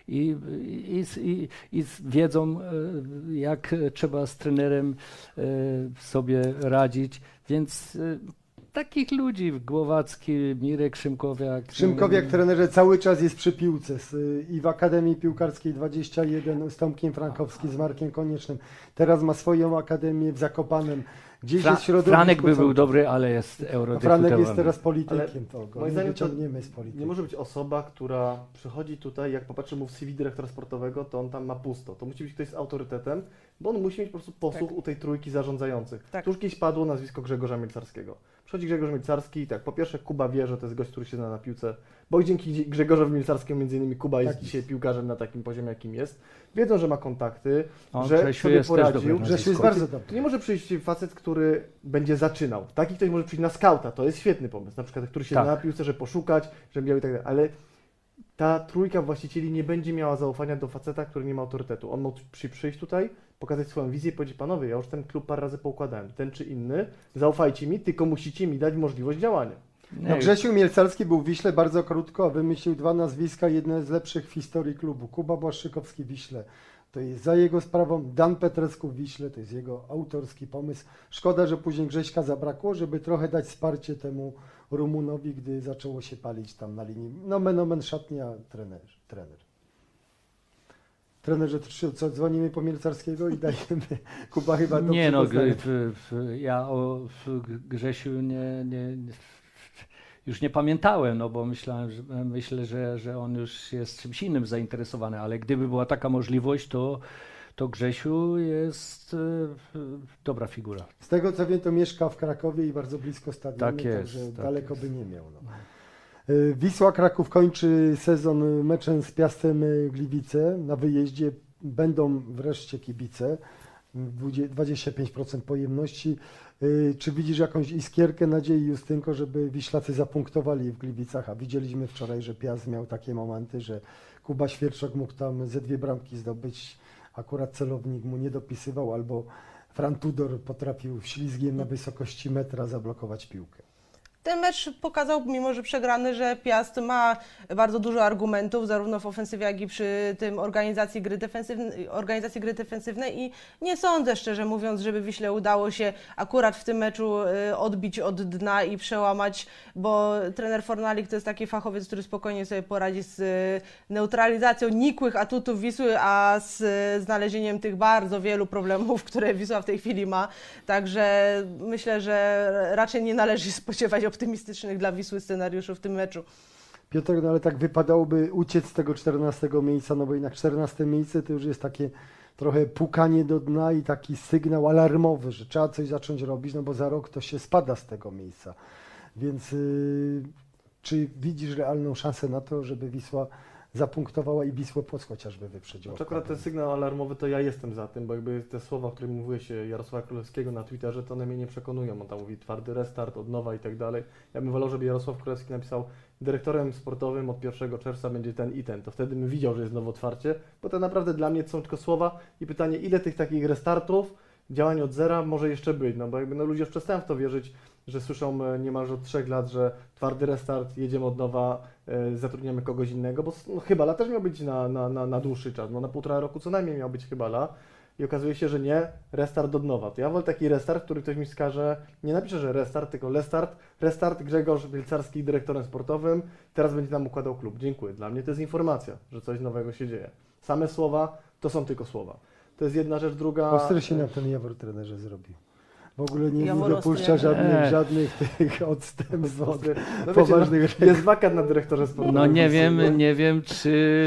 Speaker 2: i wiedzą, jak trzeba z trenerem sobie radzić, więc takich ludzi, Głowacki, Mirek Szymkowiak.
Speaker 1: Szymkowiak, trenerze, cały czas jest przy piłce i w Akademii Piłkarskiej 21 z Tomkiem Frankowskim, z Markiem Koniecznym. Teraz ma swoją akademię w Zakopanem. Gdzieś jest w środowisku.
Speaker 2: Franek by
Speaker 1: cały
Speaker 2: był
Speaker 1: czas.
Speaker 2: dobry, ale jest
Speaker 1: A
Speaker 2: eurodeputowany.
Speaker 1: Franek jest teraz politykiem,
Speaker 4: Ale
Speaker 1: to go
Speaker 4: moim
Speaker 1: nie
Speaker 4: zdaniem to
Speaker 1: wyciągniemy z polityki.
Speaker 4: nie może być osoba, która przychodzi tutaj, jak popatrzy mu w CV dyrektora sportowego, to on tam ma pusto. To musi być ktoś z autorytetem, bo on musi mieć po prostu posłuch u tej trójki zarządzających.
Speaker 3: Tak.
Speaker 4: Tu już kiedyś padło nazwisko Grzegorza Mielcarskiego. Przychodzi Grzegorz Mielcarski i tak, po pierwsze Kuba wie, że to jest gość, który się zna na piłce, bo dzięki Grzegorzowi Mielcarskiemu między innymi Kuba jest
Speaker 1: Tak
Speaker 4: dzisiaj
Speaker 1: jest.
Speaker 4: piłkarzem na takim poziomie, jakim jest. Wiedzą, że ma kontakty,
Speaker 2: O,
Speaker 4: że
Speaker 2: Grzesiu
Speaker 4: sobie
Speaker 2: jest też
Speaker 4: poradził.
Speaker 2: dobry
Speaker 1: Grzesiu jest bardzo dobry.
Speaker 4: Tu nie może przyjść facet, który będzie zaczynał. Taki ktoś może przyjść na skauta, to jest świetny pomysł. Na przykład, który się
Speaker 2: Tak.
Speaker 4: zna na piłce, że poszukać, żeby miał i tak dalej. Ale ta trójka właścicieli nie będzie miała zaufania do faceta, który nie ma autorytetu. On mógł przyjść tutaj, pokazać swoją wizję i powiedzieć, panowie, ja już ten klub parę razy poukładałem, ten czy inny, zaufajcie mi, tylko musicie mi dać możliwość działania.
Speaker 1: No, Grzesiu Mielcarski był w Wiśle bardzo krótko, a wymyślił 2 nazwiska, jedne z lepszych w historii klubu. Kuba Błaszczykowski w Wiśle, to jest za jego sprawą, Dan Petrescu w Wiśle, to jest jego autorski pomysł. Szkoda, że później Grześka zabrakło, żeby trochę dać wsparcie temu Rumunowi, gdy zaczęło się palić tam na linii. Nomen omen szatnia, trener. Trenerze, co, dzwonimy po Mielcarskiego i dajemy, Kuba chyba dobrze
Speaker 2: Nie no,
Speaker 1: poznaje.
Speaker 2: ja o Grzesiu już nie pamiętałem, no bo myślę, że on już jest czymś innym zainteresowany, ale gdyby była taka możliwość, to Grzesiu jest dobra figura.
Speaker 1: Z tego co wiem, to mieszka w Krakowie i bardzo blisko stadionu,
Speaker 2: Tak jest,
Speaker 1: także
Speaker 2: tak
Speaker 1: daleko
Speaker 2: jest.
Speaker 1: by nie miał. No. Wisła Kraków kończy sezon meczem z Piastem Gliwice na wyjeździe. będą wreszcie kibice, 25% pojemności. Czy widzisz jakąś iskierkę nadziei, Justynko, żeby Wiślacy zapunktowali w Gliwicach? A widzieliśmy wczoraj, że Piast miał takie momenty, że Kuba Świerczok mógł tam ze 2 bramki zdobyć, akurat celownik mu nie dopisywał, albo Fran Tudor potrafił ślizgiem na wysokości metra zablokować piłkę.
Speaker 3: Ten mecz pokazał, mimo że przegrany, że Piast ma bardzo dużo argumentów, zarówno w ofensywie, jak i przy tym organizacji gry defensywnej i nie sądzę, szczerze mówiąc, żeby Wiśle udało się akurat w tym meczu odbić od dna i przełamać, bo trener Fornalik to jest taki fachowiec, który spokojnie sobie poradzi z neutralizacją nikłych atutów Wisły, a z znalezieniem tych bardzo wielu problemów, które Wisła w tej chwili ma. Także myślę, że raczej nie należy się spodziewać optymistycznych dla Wisły scenariuszy w tym meczu.
Speaker 1: Piotr, no ale tak wypadałoby uciec z tego 14 miejsca, no bo jednak 14 miejsce to już jest takie trochę pukanie do dna i taki sygnał alarmowy, że trzeba coś zacząć robić, no bo za rok to się spada z tego miejsca. Więc czy widzisz realną szansę na to, żeby Wisła zapunktowała i Wisłę Płock chociażby wyprzedziła?
Speaker 4: Znaczy akurat ten sygnał alarmowy to ja jestem za tym, bo jakby te słowa, o których mówiło się Jarosława Królewskiego na Twitterze, to one mnie nie przekonują. On tam mówi twardy restart, od nowa i tak dalej. Ja bym wolał, żeby Jarosław Królewski napisał: dyrektorem sportowym od 1 czerwca będzie ten i ten. To wtedy bym widział, że jest nowo otwarcie, bo to naprawdę dla mnie to są tylko słowa i pytanie, ile tych takich restartów, działań od zera może jeszcze być, no bo jakby ludzie już przestają w to wierzyć, że słyszą niemalże od 3 lat, że twardy restart, jedziemy od nowa, zatrudniamy kogoś innego, bo Chybala też miał być na dłuższy czas, no na 1,5 roku co najmniej miał być Chybala i okazuje się, że nie, restart od nowa. To ja wolę taki restart, który ktoś mi wskaże, nie napisze, że restart, tylko restart Grzegorz Wielcarski dyrektorem sportowym, teraz będzie nam układał klub. Dziękuję. Dla mnie to jest informacja, że coś nowego się dzieje. Same słowa to są tylko słowa. To jest jedna rzecz, druga...
Speaker 1: Ostry się na ten Jawor trenerze zrobił. W ogóle nie
Speaker 3: Jawor
Speaker 1: dopuszcza
Speaker 3: ostry.
Speaker 1: żadnych tych odstępstw od
Speaker 4: No wiecie,
Speaker 1: poważnych
Speaker 4: jest wakat na dyrektorze sportowym.
Speaker 2: No nie wiem, czy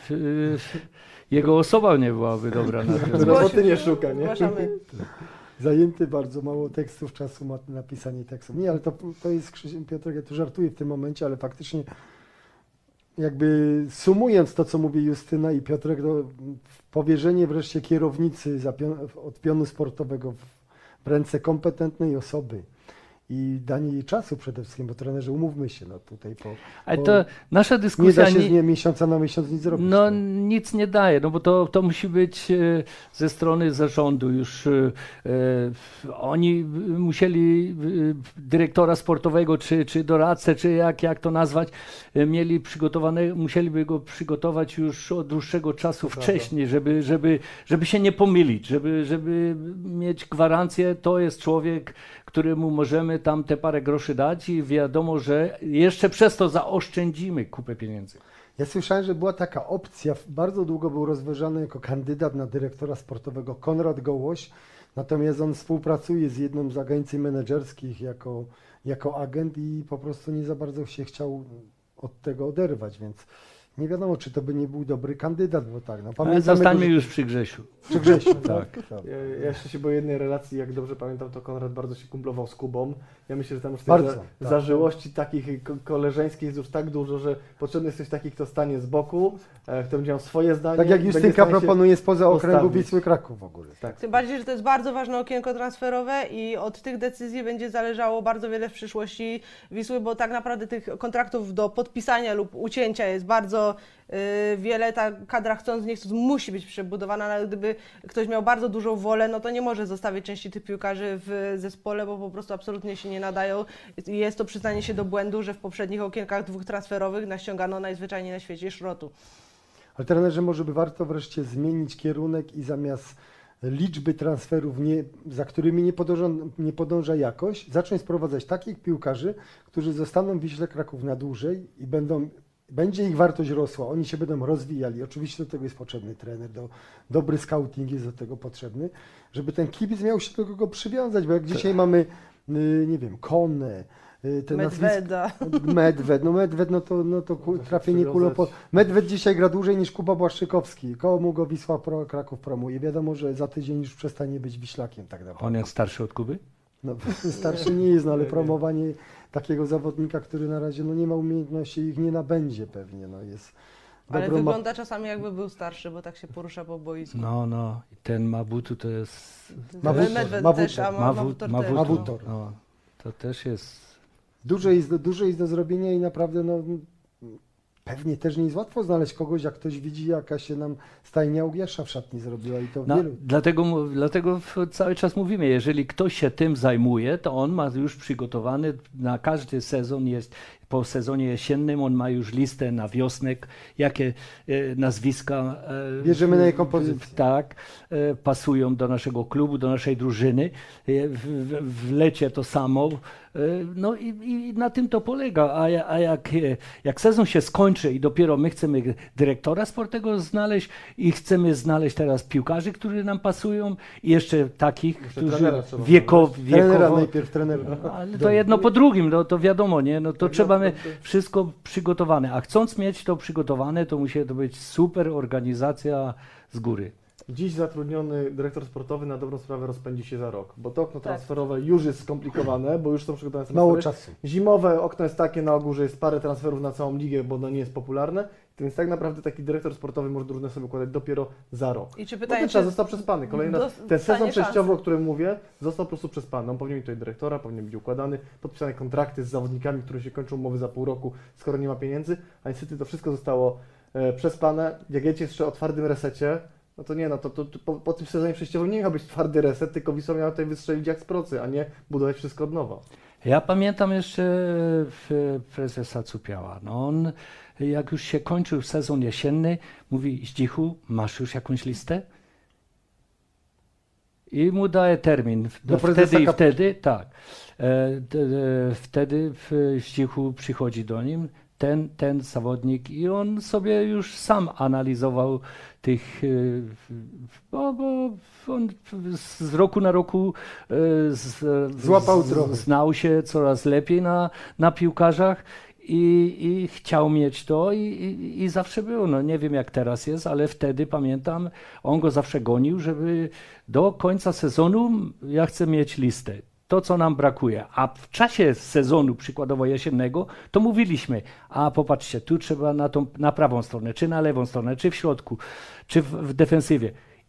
Speaker 2: jego osoba nie byłaby dobra na ten.
Speaker 4: Roboty nie szuka, nie?
Speaker 3: Zgłaszamy.
Speaker 1: Zajęty, bardzo mało tekstów, czasu ma na pisanie tekstów. Nie, ale to jest, Piotr, ja tu żartuję w tym momencie, ale faktycznie jakby sumując to, co mówi Justyna i Piotrek, to powierzenie wreszcie kierownicy od pionu sportowego w ręce kompetentnej osoby i danie jej czasu przede wszystkim, bo trenerzy, umówmy się, no tutaj
Speaker 2: Ale to nasza
Speaker 1: nie
Speaker 2: dyskusja
Speaker 1: da się z nie miesiąca na miesiąc nic zrobić.
Speaker 2: no nic nie daje, no bo to musi być ze strony zarządu już. Oni musieli dyrektora sportowego, czy doradcę, czy jak to nazwać, musieliby go przygotować już od dłuższego czasu wcześniej, żeby się nie pomylić, żeby mieć gwarancję, to jest człowiek, któremu możemy tam te parę groszy dać i wiadomo, że jeszcze przez to zaoszczędzimy kupę pieniędzy.
Speaker 1: Ja słyszałem, że była taka opcja, bardzo długo był rozważany jako kandydat na dyrektora sportowego Konrad Gołoś, natomiast on współpracuje z jedną z agencji menedżerskich jako agent i po prostu nie za bardzo się chciał od tego oderwać, więc nie wiadomo, czy to by nie był dobry kandydat, bo tak, no
Speaker 2: Ale
Speaker 1: pamiętamy...
Speaker 2: zostańmy już przy Grzesiu.
Speaker 1: Czy Grzesiu,
Speaker 2: Tak.
Speaker 1: tak.
Speaker 4: Ja jeszcze się boję jednej relacji, jak dobrze pamiętam, to Konrad bardzo się kumplował z Kubą. Ja myślę, że tam już tej
Speaker 1: Bardzo, tak.
Speaker 4: zażyłości takich koleżeńskich jest już tak dużo, że potrzebny jest ktoś taki, kto stanie z boku, kto będzie miał swoje zdanie.
Speaker 1: Tak jak
Speaker 4: i będzie
Speaker 1: Justynka
Speaker 4: w stanie się
Speaker 1: proponuje spoza okręgu
Speaker 4: postawić.
Speaker 1: Wisły Kraków w ogóle.
Speaker 4: Tak.
Speaker 3: Tym bardziej, że to jest bardzo ważne okienko transferowe i od tych decyzji będzie zależało bardzo wiele w przyszłości Wisły, bo tak naprawdę tych kontraktów do podpisania lub ucięcia jest bardzo wiele. Ta kadra, chcąc nie chcąc, musi być przebudowana, ale gdyby ktoś miał bardzo dużą wolę, no to nie może zostawić części tych piłkarzy w zespole, bo po prostu absolutnie się nie nadają. Jest to przyznanie się do błędu, że w poprzednich okienkach 2 transferowych naściągano najzwyczajniej na świecie szrotu.
Speaker 1: Ale trenerze, może by warto wreszcie zmienić kierunek i zamiast liczby transferów, za którymi nie podąża jakość, zacząć sprowadzać takich piłkarzy, którzy zostaną w Wiśle Kraków na dłużej i będzie ich wartość rosła, oni się będą rozwijali. Oczywiście do tego jest potrzebny trener, dobry scouting jest do tego potrzebny, żeby ten kibic miał się do kogo przywiązać, bo jak dzisiaj mamy, nie wiem, Konę, te
Speaker 3: Medweda.
Speaker 1: Medwed, no to trafienie kulopo. Medwed dzisiaj gra dłużej niż Kuba Błaszczykowski. Komu go Wisła Kraków promuje. Wiadomo, że za tydzień już przestanie być Wiślakiem tak naprawdę.
Speaker 2: On jest starszy od Kuby?
Speaker 1: No, starszy nie jest, no ale promowanie takiego zawodnika, który na razie nie ma umiejętności, ich nie nabędzie pewnie, jest
Speaker 3: Ale
Speaker 1: dobrą
Speaker 3: wygląda czasami jakby był starszy, bo tak się porusza po boisku.
Speaker 2: No, i ten Mabutu to jest...
Speaker 1: Mawutor,
Speaker 3: Też, a Mawutor też.
Speaker 1: Mawutor.
Speaker 2: No, to też jest...
Speaker 1: Dużo jest do zrobienia i naprawdę no, pewnie też nie jest łatwo znaleźć kogoś, jak ktoś widzi, jaka się nam stajnia Ugiasza w szatni zrobiła i to
Speaker 2: No,
Speaker 1: wielu.
Speaker 2: dlatego cały czas mówimy, jeżeli ktoś się tym zajmuje, to on ma już przygotowany na każdy sezon, po sezonie jesiennym on ma już listę na wiosnę, jakie nazwiska
Speaker 1: Bierzemy na jaką pozycję.
Speaker 2: tak, pasują do naszego klubu, do naszej drużyny. W lecie to samo. No i na tym to polega. A jak sezon się skończy i dopiero my chcemy dyrektora sportowego znaleźć i chcemy znaleźć teraz piłkarzy, którzy nam pasują i jeszcze takich, którzy
Speaker 4: trenera trzeba
Speaker 1: Trenera najpierw, trenera.
Speaker 2: ale to jedno po drugim, no to wiadomo, nie? No to trzeba mieć wszystko przygotowane. A chcąc mieć to przygotowane, to musi to być super organizacja z góry.
Speaker 4: Dziś zatrudniony dyrektor sportowy na dobrą sprawę rozpędzi się za rok, bo to okno
Speaker 3: Tak.
Speaker 4: transferowe już jest skomplikowane, bo już są przygotowane
Speaker 1: Mało
Speaker 4: semestry.
Speaker 1: czasu.
Speaker 4: Zimowe okno jest takie na ogół, że jest parę transferów na całą ligę, bo ono nie jest popularne, więc tak naprawdę taki dyrektor sportowy może drużynę sobie układać dopiero za rok.
Speaker 3: I czy
Speaker 4: Bo
Speaker 3: pytanie,
Speaker 4: ten
Speaker 3: czy
Speaker 4: czas został przespany. Kolejny raz. Ten
Speaker 3: dostanie
Speaker 4: sezon przejściowy,
Speaker 3: szansę?
Speaker 4: o którym mówię, został po prostu przespany. On powinien mieć tutaj dyrektora, powinien być układany, podpisane kontrakty z zawodnikami, które się kończą umowy za pół roku, skoro nie ma pieniędzy, a niestety to wszystko zostało przespane. Jak wiecie jeszcze o twardym resecie, no to nie, no to po tym sezonie przejściowym nie miał być twardy reset, tylko Wisła miała tutaj wystrzelić jak z procy, a nie budować wszystko od nowa.
Speaker 2: Ja pamiętam jeszcze prezesa Cupiała. No on, jak już się kończył sezon jesienny, mówi: Zdzichu, masz już jakąś listę? I mu daje termin.
Speaker 1: Do prezesa
Speaker 2: Wtedy i
Speaker 1: kap-
Speaker 2: wtedy, tak. Wtedy Zdzichu przychodzi do nim ten zawodnik i on sobie już sam analizował tych, bo on z roku na roku
Speaker 1: Złapał trochę.
Speaker 2: znał się coraz lepiej na piłkarzach i chciał mieć to i zawsze było. No nie wiem jak teraz jest, ale wtedy pamiętam, on go zawsze gonił, żeby do końca sezonu ja chcę mieć listę. To, co nam brakuje. A w czasie sezonu, przykładowo jesiennego, to mówiliśmy: a popatrzcie, tu trzeba na prawą stronę, czy na lewą stronę, czy w środku, czy w defensywie.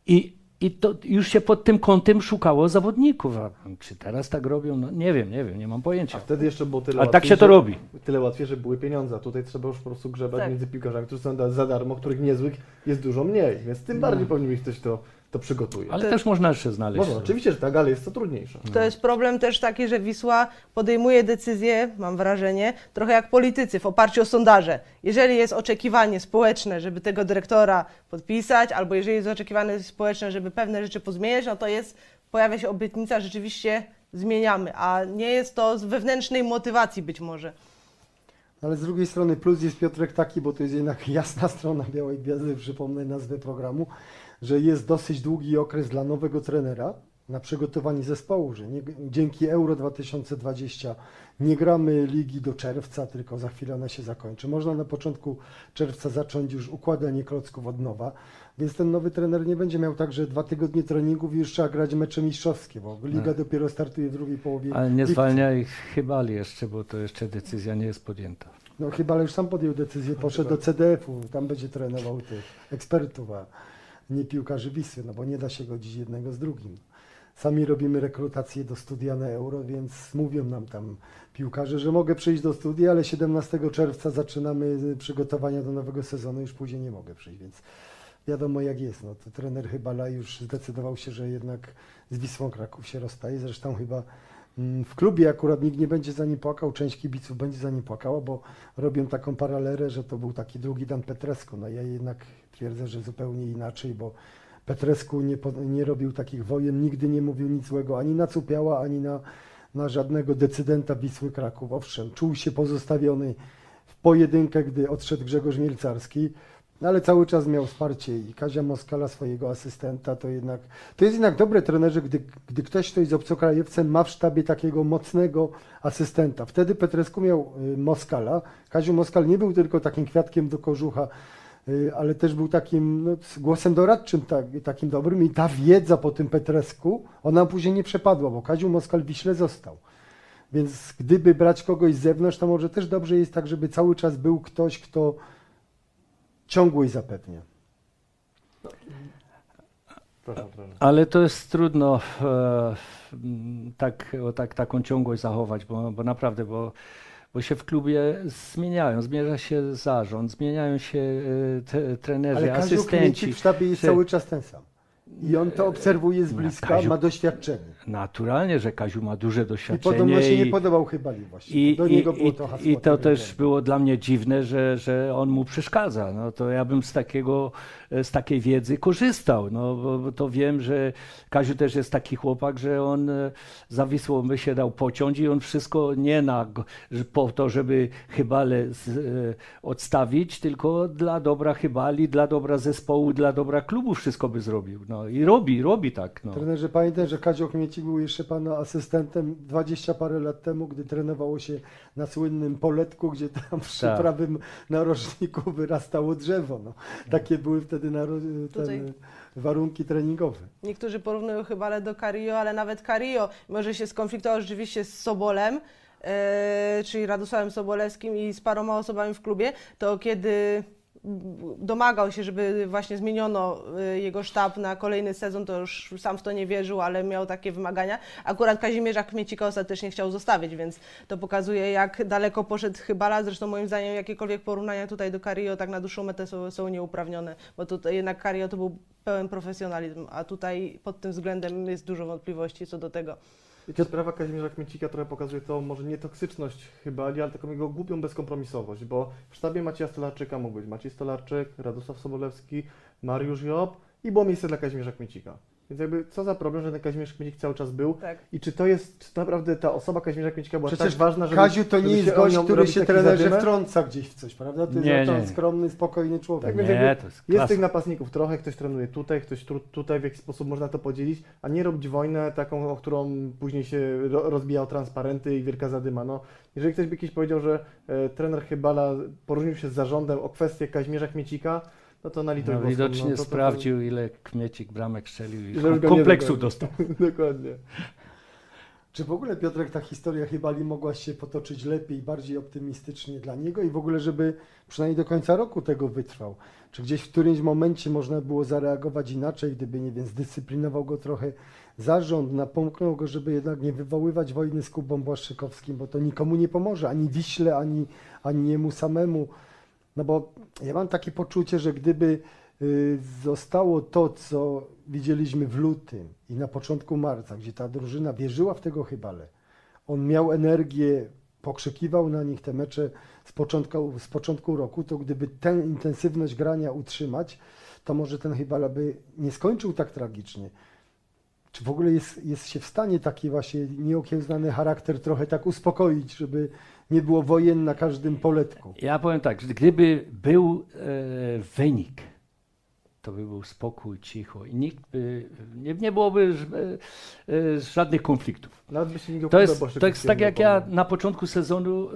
Speaker 2: I to już się pod tym kątem szukało zawodników. A czy teraz tak robią? No nie wiem, nie mam pojęcia.
Speaker 4: A wtedy jeszcze było tyle
Speaker 2: Ale tak
Speaker 4: łatwiej,
Speaker 2: się to
Speaker 4: że-
Speaker 2: robi.
Speaker 4: Tyle łatwiej, że były pieniądze, a tutaj trzeba już po prostu grzebać
Speaker 3: Tak.
Speaker 4: między piłkarzami, którzy są za darmo, których niezłych jest dużo mniej, więc tym bardziej powinien mieć ktoś, kto to przygotuje.
Speaker 2: Ale też można jeszcze znaleźć.
Speaker 4: Można, oczywiście, że tak, ale jest to trudniejsze.
Speaker 3: To jest problem też taki, że Wisła podejmuje decyzje, mam wrażenie, trochę jak politycy w oparciu o sondaże. Jeżeli jest oczekiwanie społeczne, żeby tego dyrektora podpisać, albo jeżeli jest oczekiwanie społeczne, żeby pewne rzeczy pozmieniać, no to pojawia się obietnica, rzeczywiście zmieniamy, a nie jest to z wewnętrznej motywacji być może.
Speaker 1: Ale z drugiej strony plus jest, Piotrek, taki, bo to jest jednak jasna strona Białej Gwiazdy, przypomnę nazwę programu, że jest dosyć długi okres dla nowego trenera na przygotowanie zespołu, że dzięki Euro 2020 nie gramy ligi do czerwca, tylko za chwilę ona się zakończy. Można na początku czerwca zacząć już układanie klocków od nowa, więc ten nowy trener nie będzie miał tak, że 2 tygodnie treningów i już trzeba grać mecze mistrzowskie, bo liga dopiero startuje w drugiej połowie
Speaker 2: Ale nie
Speaker 1: lipca.
Speaker 2: zwalnia ich Chybali jeszcze, bo to jeszcze decyzja nie jest podjęta.
Speaker 1: No chyba, ale już sam podjął decyzję, poszedł do CDF-u, tam będzie trenował tych ekspertów, a nie piłkarzy Wisły, no bo nie da się godzić jednego z drugim. Sami robimy rekrutację do studia na Euro, więc mówią nam tam piłkarze, że mogę przyjść do studia, ale 17 czerwca zaczynamy przygotowania do nowego sezonu, już później nie mogę przyjść, więc wiadomo jak jest. No, to trener Chybala już zdecydował się, że jednak z Wisłą Kraków się rozstaje, zresztą chyba w klubie akurat nikt nie będzie za nim płakał, część kibiców będzie za nim płakała, bo robią taką paralelę, że to był taki drugi Dan Petrescu. No ja jednak twierdzę, że zupełnie inaczej, bo Petrescu nie robił takich wojen, nigdy nie mówił nic złego ani na Cupiała, ani na żadnego decydenta Wisły Kraków. Owszem, czuł się pozostawiony w pojedynkę, gdy odszedł Grzegorz Mielcarski, no ale cały czas miał wsparcie i Kazia Moskala, swojego asystenta, to jest jednak dobre trenerze, gdy ktoś, kto jest obcokrajowcem, ma w sztabie takiego mocnego asystenta. Wtedy Petrescu miał Moskala. Kaziu Moskal nie był tylko takim kwiatkiem do kożucha, ale też był takim głosem doradczym, takim dobrym i ta wiedza po tym Petrescu, ona później nie przepadła, bo Kaziu Moskal w Wiśle został. Więc gdyby brać kogoś z zewnątrz, to może też dobrze jest tak, żeby cały czas był ktoś, kto ciągłość zapewnia.
Speaker 4: Proszę, trener.
Speaker 2: Ale to jest trudno taką ciągłość zachować, bo naprawdę, bo się w klubie zmienia się zarząd, zmieniają się trenerzy,
Speaker 1: Ale Kaziu
Speaker 2: asystenci.
Speaker 1: Kmiecik w sztabie jest cały czas ten sam. I on to obserwuje z bliska,
Speaker 2: Kaziu-
Speaker 1: ma doświadczenie.
Speaker 2: Naturalnie, że Kaziu ma duże
Speaker 1: I
Speaker 2: doświadczenie.
Speaker 1: podobno się nie podobał Chybali właśnie. Do niego było to hasło.
Speaker 2: I to też było dla mnie dziwne, że on mu przeszkadza. No to ja bym z takiej wiedzy korzystał. No, bo to wiem, że Kaziu też jest taki chłopak, że on za Wisłą by się dał pociąć i on wszystko nie po to, żeby Chybale odstawić, tylko dla dobra Chybali, dla dobra zespołu, dla dobra klubu wszystko by zrobił. No i robi tak. No.
Speaker 1: Trenerze, pamiętam, że Kazio Kmiecik był jeszcze pana asystentem 20 parę lat temu, gdy trenowało się na słynnym poletku, gdzie tam przy
Speaker 2: Tak.
Speaker 1: prawym narożniku wyrastało drzewo. No. Takie były wtedy
Speaker 3: Tutaj.
Speaker 1: warunki treningowe.
Speaker 3: Niektórzy porównują Chybale do Carillo, ale nawet Carillo może się skonfliktował rzeczywiście z Sobolem, czyli Radosławem Sobolewskim i z paroma osobami w klubie, to kiedy domagał się, żeby właśnie zmieniono jego sztab na kolejny sezon, to już sam w to nie wierzył, ale miał takie wymagania. Akurat Kazimierza Kmiecika ostatecznie chciał zostawić, więc to pokazuje, jak daleko poszedł Chybala. Zresztą moim zdaniem jakiekolwiek porównania tutaj do Carillo tak na dłuższą metę są nieuprawnione, bo tutaj jednak Carillo to był pełen profesjonalizm, a tutaj pod tym względem jest dużo wątpliwości co do tego.
Speaker 4: Wiecie, sprawa Kazimierza Kmiecika trochę pokazuje to może nie toksyczność Chybali, ale taką jego głupią bezkompromisowość, bo w sztabie Macieja Stolarczyka mógł być Maciej Stolarczyk, Radosław Sobolewski, Mariusz Job i było miejsce dla Kazimierza Kmiecika. Więc jakby co za problem, że ten Kazimierz Kmiecik cały czas był
Speaker 3: Tak.
Speaker 4: i czy naprawdę ta osoba Kazimierza Kmiecika była
Speaker 1: Przecież
Speaker 4: tak ważna, żeby
Speaker 1: Kaziu to
Speaker 4: żeby
Speaker 1: nie
Speaker 4: się
Speaker 1: jest
Speaker 4: o
Speaker 1: gość,
Speaker 4: nią
Speaker 1: który
Speaker 4: robić
Speaker 1: się
Speaker 4: taki
Speaker 1: trenerze
Speaker 4: zadymę?
Speaker 1: wtrąca gdzieś w coś, prawda? To jest
Speaker 2: Nie,
Speaker 1: to
Speaker 2: nie.
Speaker 1: skromny, spokojny człowiek.
Speaker 4: Tak,
Speaker 2: Nie,
Speaker 4: więc jakby
Speaker 2: to jest
Speaker 4: jest
Speaker 2: klasa.
Speaker 4: tych napastników trochę, ktoś trenuje tutaj, ktoś tutaj, w jaki sposób można to podzielić, a nie robić wojnę taką, o którą później się rozbijało transparenty i wielka zadyma. No, jeżeli ktoś by kiedyś powiedział, że trener Chybala poróżnił się z zarządem o kwestię Kazimierza Kmiecika, no to na litość boską,
Speaker 2: Widocznie
Speaker 4: no, to-
Speaker 2: sprawdził, ile Kmiecik bramek strzelił i
Speaker 4: Że już go nie
Speaker 2: kompleksu
Speaker 4: dogoni.
Speaker 2: dostał.
Speaker 4: Dokładnie.
Speaker 1: Czy w ogóle, Piotrek, ta historia Chybali mogła się potoczyć lepiej, bardziej optymistycznie dla niego i w ogóle, żeby przynajmniej do końca roku tego wytrwał? Czy gdzieś w którymś momencie można było zareagować inaczej, gdyby, nie wiem, zdyscyplinował go trochę zarząd, napomknął go, żeby jednak nie wywoływać wojny z Kubą Błaszczykowskim, bo to nikomu nie pomoże, ani Wiśle, ani jemu samemu. No bo ja mam takie poczucie, że gdyby zostało to, co widzieliśmy w lutym i na początku marca, gdzie ta drużyna wierzyła w tego Chybale, on miał energię, pokrzykiwał na nich te mecze z początku roku, to gdyby tę intensywność grania utrzymać, to może ten Chybala by nie skończył tak tragicznie. Czy w ogóle jest się w stanie taki właśnie nieokiełznany charakter trochę tak uspokoić, żeby nie było wojen na każdym poletku?
Speaker 2: Ja powiem tak, że gdyby był wynik, to by był spokój, cicho i nikt by, nie byłoby żadnych konfliktów.
Speaker 4: Nawet by się nikt o
Speaker 2: To
Speaker 4: Kubę
Speaker 2: jest
Speaker 4: Błaszczykowskiego
Speaker 2: tak
Speaker 4: nie
Speaker 2: jak ja
Speaker 4: upomniał.
Speaker 2: na początku sezonu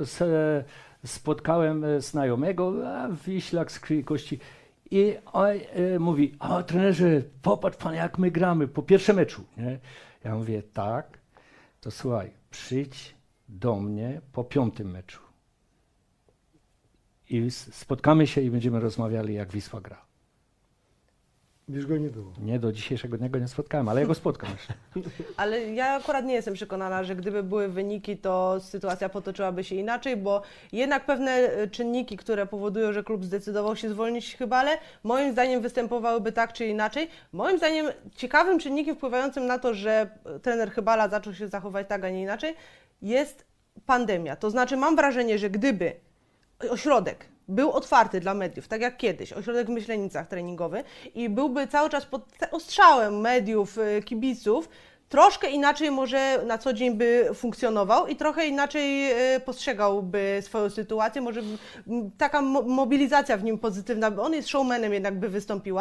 Speaker 2: spotkałem znajomego, Wiślak z krwi i kości i on mówi, a trenerze, popatrz pan jak my gramy po pierwszym meczu. Nie? Ja mówię, tak, to słuchaj, przyjdź do mnie po 5. meczu i spotkamy się i będziemy rozmawiali jak Wisła gra.
Speaker 1: Już go nie było.
Speaker 2: Nie, do dzisiejszego dnia go nie spotkałem, ale ja go spotkam jeszcze.
Speaker 3: Ale ja akurat nie jestem przekonana, że gdyby były wyniki, to sytuacja potoczyłaby się inaczej, bo jednak pewne czynniki, które powodują, że klub zdecydował się zwolnić Chybale, moim zdaniem występowałyby tak czy inaczej. Moim zdaniem ciekawym czynnikiem wpływającym na to, że trener Chybala zaczął się zachować tak, a nie inaczej, jest pandemia. To znaczy mam wrażenie, że gdyby ośrodek był otwarty dla mediów, tak jak kiedyś, ośrodek w Myślenicach treningowy i byłby cały czas pod ostrzałem mediów, kibiców, troszkę inaczej może na co dzień by funkcjonował i trochę inaczej postrzegałby swoją sytuację, może taka mobilizacja w nim pozytywna, bo on jest showmanem jednak by wystąpiła.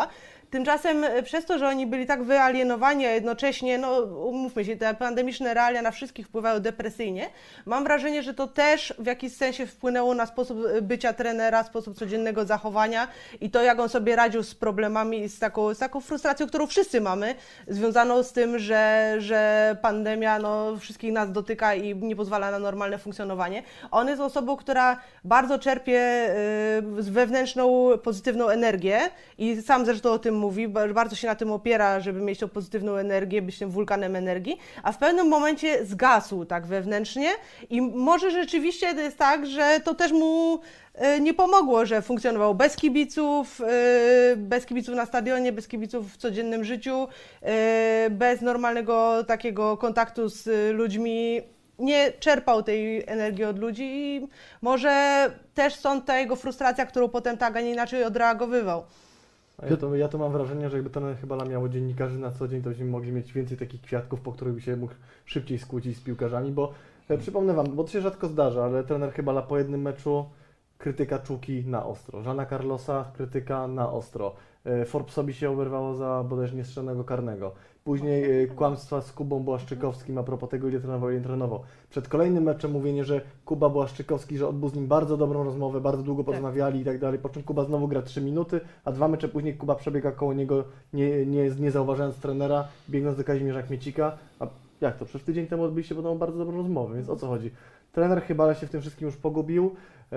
Speaker 3: Tymczasem przez to, że oni byli tak wyalienowani, a jednocześnie, no umówmy się, te pandemiczne realia na wszystkich wpływają depresyjnie, mam wrażenie, że to też w jakiś sensie wpłynęło na sposób bycia trenera, sposób codziennego zachowania i to, jak on sobie radził z problemami i z taką frustracją, którą wszyscy mamy, związaną z tym, że pandemia no, wszystkich nas dotyka i nie pozwala na normalne funkcjonowanie. On jest osobą, która bardzo czerpie wewnętrzną, pozytywną energię i sam zresztą o tym mówi, bardzo się na tym opiera, żeby mieć tą pozytywną energię, być tym wulkanem energii, a w pewnym momencie zgasł tak wewnętrznie i może rzeczywiście to jest tak, że to też mu nie pomogło, że funkcjonował bez kibiców na stadionie, bez kibiców w codziennym życiu, bez normalnego takiego kontaktu z ludźmi, nie czerpał tej energii od ludzi i może też stąd ta jego frustracja, którą potem tak, a nie inaczej odreagowywał.
Speaker 4: Ja to mam wrażenie, że jakby ten chyba miało dziennikarzy na co dzień, to byśmy mogli mieć więcej takich kwiatków, po których by się mógł szybciej skłócić z piłkarzami, bo przypomnę Wam, bo to się rzadko zdarza, ale trener Chybala po jednym meczu krytyka Czuki na ostro, Jeana Carlosa krytyka na ostro, Forbesowi się oberwało za bodajże niestrzelonego karnego. Później kłamstwa z Kubą Błaszczykowskim a propos tego, ile trenował, ile nie trenował. Przed kolejnym meczem mówienie, że Kuba Błaszczykowski, że odbył z nim bardzo dobrą rozmowę, bardzo długo porozmawiali i tak dalej, po czym Kuba znowu gra 3 minuty, a 2 mecze później Kuba przebiega koło niego, nie zauważając trenera, biegnąc do Kazimierza Kmiecika. A jak to? Przecież tydzień temu odbyliście podobno bardzo dobrą rozmowę, więc o co chodzi? Trener Chybala się w tym wszystkim już pogubił.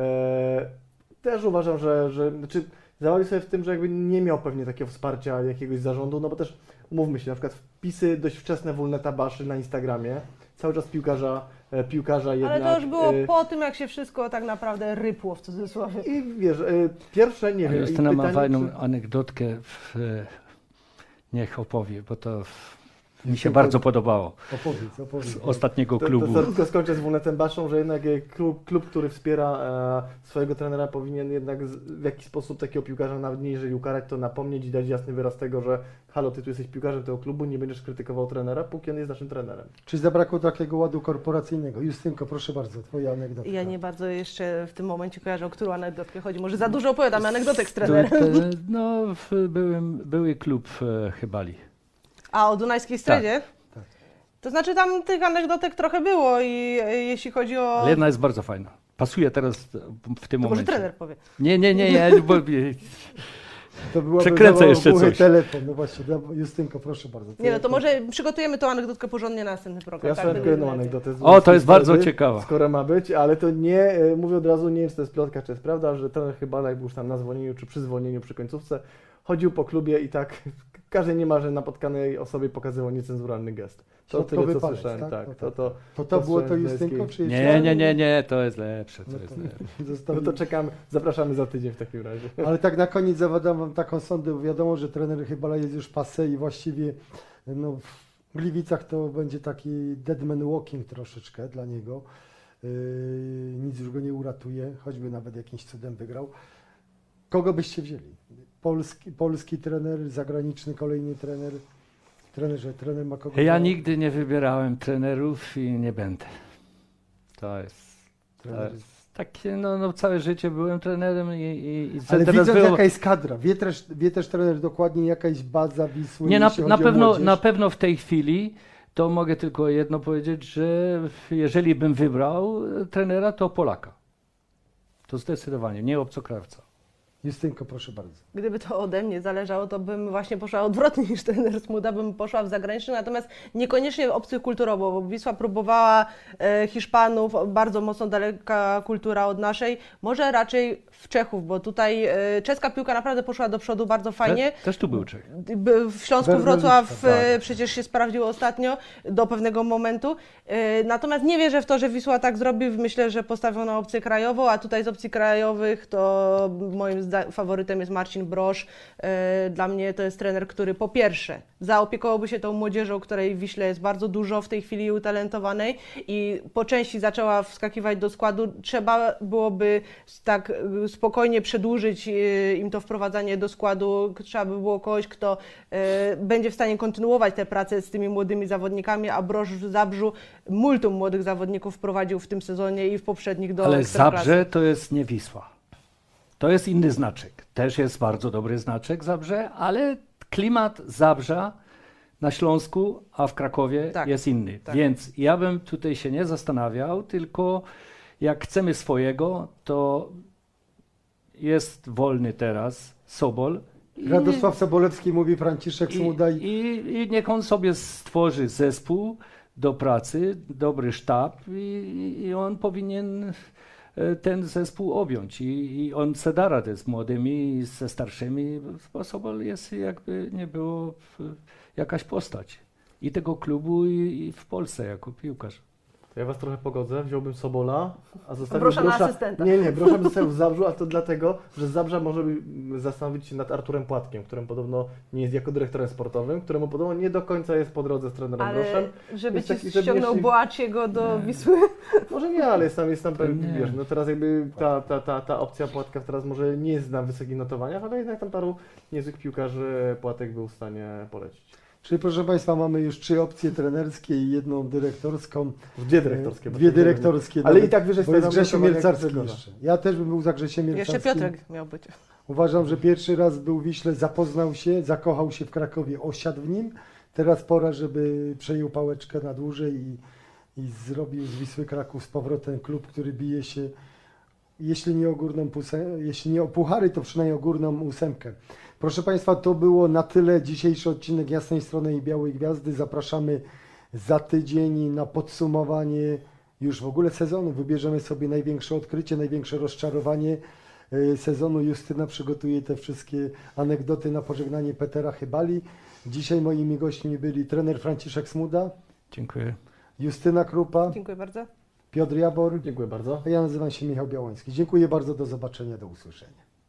Speaker 4: Też uważam, że znaczy, zawalił sobie w tym, że jakby nie miał pewnie takiego wsparcia jakiegoś zarządu, no bo też umówmy się, na przykład wpisy dość wczesne Wulneta Baszy na Instagramie, cały czas piłkarza jednak...
Speaker 3: Ale to już było po tym, jak się wszystko tak naprawdę rypło w cudzysłowie.
Speaker 4: I wiesz, pierwsze nie wiem...
Speaker 2: Justyna ma fajną anegdotkę, niech opowie, bo to mi się bardzo podobało.
Speaker 1: Opowiedz.
Speaker 2: Z ostatniego
Speaker 4: To
Speaker 2: klubu.
Speaker 4: tylko skończę z Wulnetem Baszą, że jednak klub, który wspiera swojego trenera, powinien jednak w jakiś sposób takiego piłkarza, nawet nie jeżeli ukarać, to napomnieć i dać jasny wyraz tego, że halo, ty tu jesteś piłkarzem tego klubu, nie będziesz krytykował trenera, póki on jest naszym trenerem.
Speaker 1: Czy zabrakło takiego ładu korporacyjnego? Justynko, proszę bardzo, twoja anegdotka.
Speaker 3: Ja nie bardzo jeszcze w tym momencie kojarzę, o którą anegdotkę chodzi. Może za dużo opowiadam anegdotek z trenerem.
Speaker 2: No, były klub Chybali.
Speaker 3: A o Dunajskiej Stredzie?
Speaker 1: Tak.
Speaker 3: To znaczy tam tych anegdotek trochę było i jeśli chodzi o...
Speaker 2: Ale jedna jest bardzo fajna. Pasuje teraz w tym
Speaker 3: To może
Speaker 2: momencie.
Speaker 3: trener powie.
Speaker 2: Nie, bo
Speaker 1: To byłoby
Speaker 2: Przekręcę jeszcze
Speaker 1: głuchy
Speaker 2: coś.
Speaker 1: telefon. No właśnie, Justynko, proszę bardzo.
Speaker 3: Nie, no to może przygotujemy tą anegdotkę porządnie na następny program.
Speaker 4: Ja
Speaker 3: tak,
Speaker 4: sobie tylko
Speaker 3: będzie
Speaker 4: jedną
Speaker 3: lepiej.
Speaker 4: anegdotę.
Speaker 2: O, to jest bardzo ciekawa.
Speaker 4: Skoro ma być, ale to nie, mówię od razu, nie wiem, czy to jest plotka, czy jest prawda, że trener Chybala, jak był już tam na zwolnieniu, czy przy zwolnieniu, przy końcówce, chodził po klubie i tak każdej niemalże napotkanej osobie pokazywał niecenzuralny gest. To
Speaker 1: Środkowy
Speaker 4: tyle, co
Speaker 1: palec,
Speaker 4: słyszałem,
Speaker 1: tak?
Speaker 4: tak.
Speaker 1: To było to
Speaker 4: słyszałem z
Speaker 1: Justynko,
Speaker 4: Miejskiej.
Speaker 1: czy jeszcze?
Speaker 2: nie, to jest lepsze. To
Speaker 1: No
Speaker 2: jest
Speaker 1: to
Speaker 2: lepsze.
Speaker 4: No
Speaker 1: zostawimy.
Speaker 4: to czekamy, zapraszamy za tydzień w takim razie.
Speaker 1: Ale tak na koniec zawadzam Wam taką sondę, bo wiadomo, że trener Chybala jest już passé i właściwie no, w Gliwicach to będzie taki dead man walking troszeczkę dla niego. Nic już go nie uratuje, choćby nawet jakimś cudem wygrał. Kogo byście wzięli? Polski trener, zagraniczny kolejny trener? Trener ma kogo?
Speaker 2: Ja nigdy nie wybierałem trenerów i nie będę. To jest takie, no całe życie byłem trenerem i
Speaker 1: Ale
Speaker 2: teraz
Speaker 1: widząc
Speaker 2: było...
Speaker 1: jaka jest kadra, wie też trener dokładnie jaka jest baza Wisły.
Speaker 2: Nie,
Speaker 1: jeśli chodzi o młodzież.
Speaker 2: na pewno w tej chwili to mogę tylko jedno powiedzieć, że jeżeli bym wybrał trenera, to Polaka. To zdecydowanie, nie obcokrajowca.
Speaker 1: Justynko, proszę bardzo.
Speaker 3: Gdyby to ode mnie zależało, to bym właśnie poszła odwrotnie niż trener Smuda, bym poszła w zagraniczny, natomiast niekoniecznie obcych kulturowo, bo Wisła próbowała Hiszpanów, bardzo mocno daleka kultura od naszej, może raczej w Czechów, bo tutaj czeska piłka naprawdę poszła do przodu bardzo fajnie.
Speaker 2: Też tu był Czech.
Speaker 3: W Śląsku
Speaker 1: Bernardyczka,
Speaker 3: Wrocław
Speaker 1: tak.
Speaker 3: przecież się sprawdził ostatnio do pewnego momentu. Natomiast nie wierzę w to, że Wisła tak zrobi. Myślę, że postawią na opcję krajową, a tutaj z opcji krajowych to moim faworytem jest Marcin Brosz. Dla mnie to jest trener, który po pierwsze zaopiekowałby się tą młodzieżą, której w Wiśle jest bardzo dużo w tej chwili utalentowanej i po części zaczęła wskakiwać do składu. Trzeba byłoby tak spokojnie przedłużyć im to wprowadzanie do składu. Trzeba by było kogoś, kto będzie w stanie kontynuować tę pracę z tymi młodymi zawodnikami, a Brosz w Zabrzu multum młodych zawodników wprowadził w tym sezonie i w poprzednich do
Speaker 2: Ale
Speaker 3: Ekstraklasy.
Speaker 2: Zabrze to jest nie Wisła. To jest inny znaczek. Też jest bardzo dobry znaczek Zabrze, ale klimat Zabrza na Śląsku, a w Krakowie
Speaker 3: Tak,
Speaker 2: jest inny.
Speaker 3: tak.
Speaker 2: Więc ja bym tutaj się nie zastanawiał, tylko jak chcemy swojego, to jest wolny teraz Sobol.
Speaker 1: Radosław Sobolewski mówi, Franciszek Smuda
Speaker 2: I niech on sobie stworzy zespół do pracy, dobry sztab i on powinien ten zespół objąć. I on se da radę z młodymi i ze starszymi, bo Sobol jest jakby nie było jakaś postać i tego klubu i w Polsce jako piłkarz.
Speaker 4: To ja was trochę pogodzę, wziąłbym Sobola, a zostawił
Speaker 3: Brosza na asystenta.
Speaker 4: Nie, Brosza bym zostawił w Zabrzu, a to dlatego, że z Zabrza może zastanowić się nad Arturem Płatkiem, którym podobno nie jest jako dyrektorem sportowym, któremu podobno nie do końca jest po drodze z trenerem
Speaker 3: Ale
Speaker 4: Broszem.
Speaker 3: żeby
Speaker 4: Więc
Speaker 3: ci
Speaker 4: taki, żeby
Speaker 3: ściągnął
Speaker 4: jeśli-
Speaker 3: Boaciego do Wisły.
Speaker 4: Może nie, ale jest tam pewnie,
Speaker 2: Nie.
Speaker 4: wiesz, no teraz jakby ta opcja Płatka teraz może nie jest na wysokich notowaniach, ale jednak tam paru niezłych piłkarzy Płatek był w stanie polecić.
Speaker 1: Czyli proszę Państwa, mamy już 3 opcje trenerskie i jedną dyrektorską.
Speaker 4: Dwie dyrektorskie. bo
Speaker 1: Dwie
Speaker 4: to-
Speaker 1: dyrektorskie.
Speaker 4: Ale
Speaker 1: nawet,
Speaker 4: i tak wyżej
Speaker 1: bo jest
Speaker 4: stawiam
Speaker 1: Grzesiu
Speaker 4: notowania
Speaker 1: Mielcarski
Speaker 4: Grzegorza.
Speaker 1: jeszcze. Ja też bym był za Grzesiem Mielcarskim.
Speaker 3: Jeszcze Piotrek miał być.
Speaker 1: Uważam, że pierwszy raz był w Wiśle, zapoznał się, zakochał się w Krakowie, osiadł w nim. Teraz pora, żeby przejął pałeczkę na dłużej i zrobił z Wisły Kraków z powrotem klub, który bije się, jeśli nie o puchary, to przynajmniej o górną 8. Proszę Państwa, to było na tyle dzisiejszy odcinek Jasnej Strony i Białej Gwiazdy. Zapraszamy za tydzień na podsumowanie już w ogóle sezonu. Wybierzemy sobie największe odkrycie, największe rozczarowanie sezonu. Justyna przygotuje te wszystkie anegdoty na pożegnanie Petera Chybali. Dzisiaj moimi gośćmi byli trener Franciszek Smuda,
Speaker 2: Dziękuję.
Speaker 1: Justyna Krupa,
Speaker 3: Dziękuję bardzo.
Speaker 1: Piotr Jabor,
Speaker 4: Dziękuję bardzo.
Speaker 1: a ja nazywam się Michał Białoński. Dziękuję bardzo, do zobaczenia, do usłyszenia.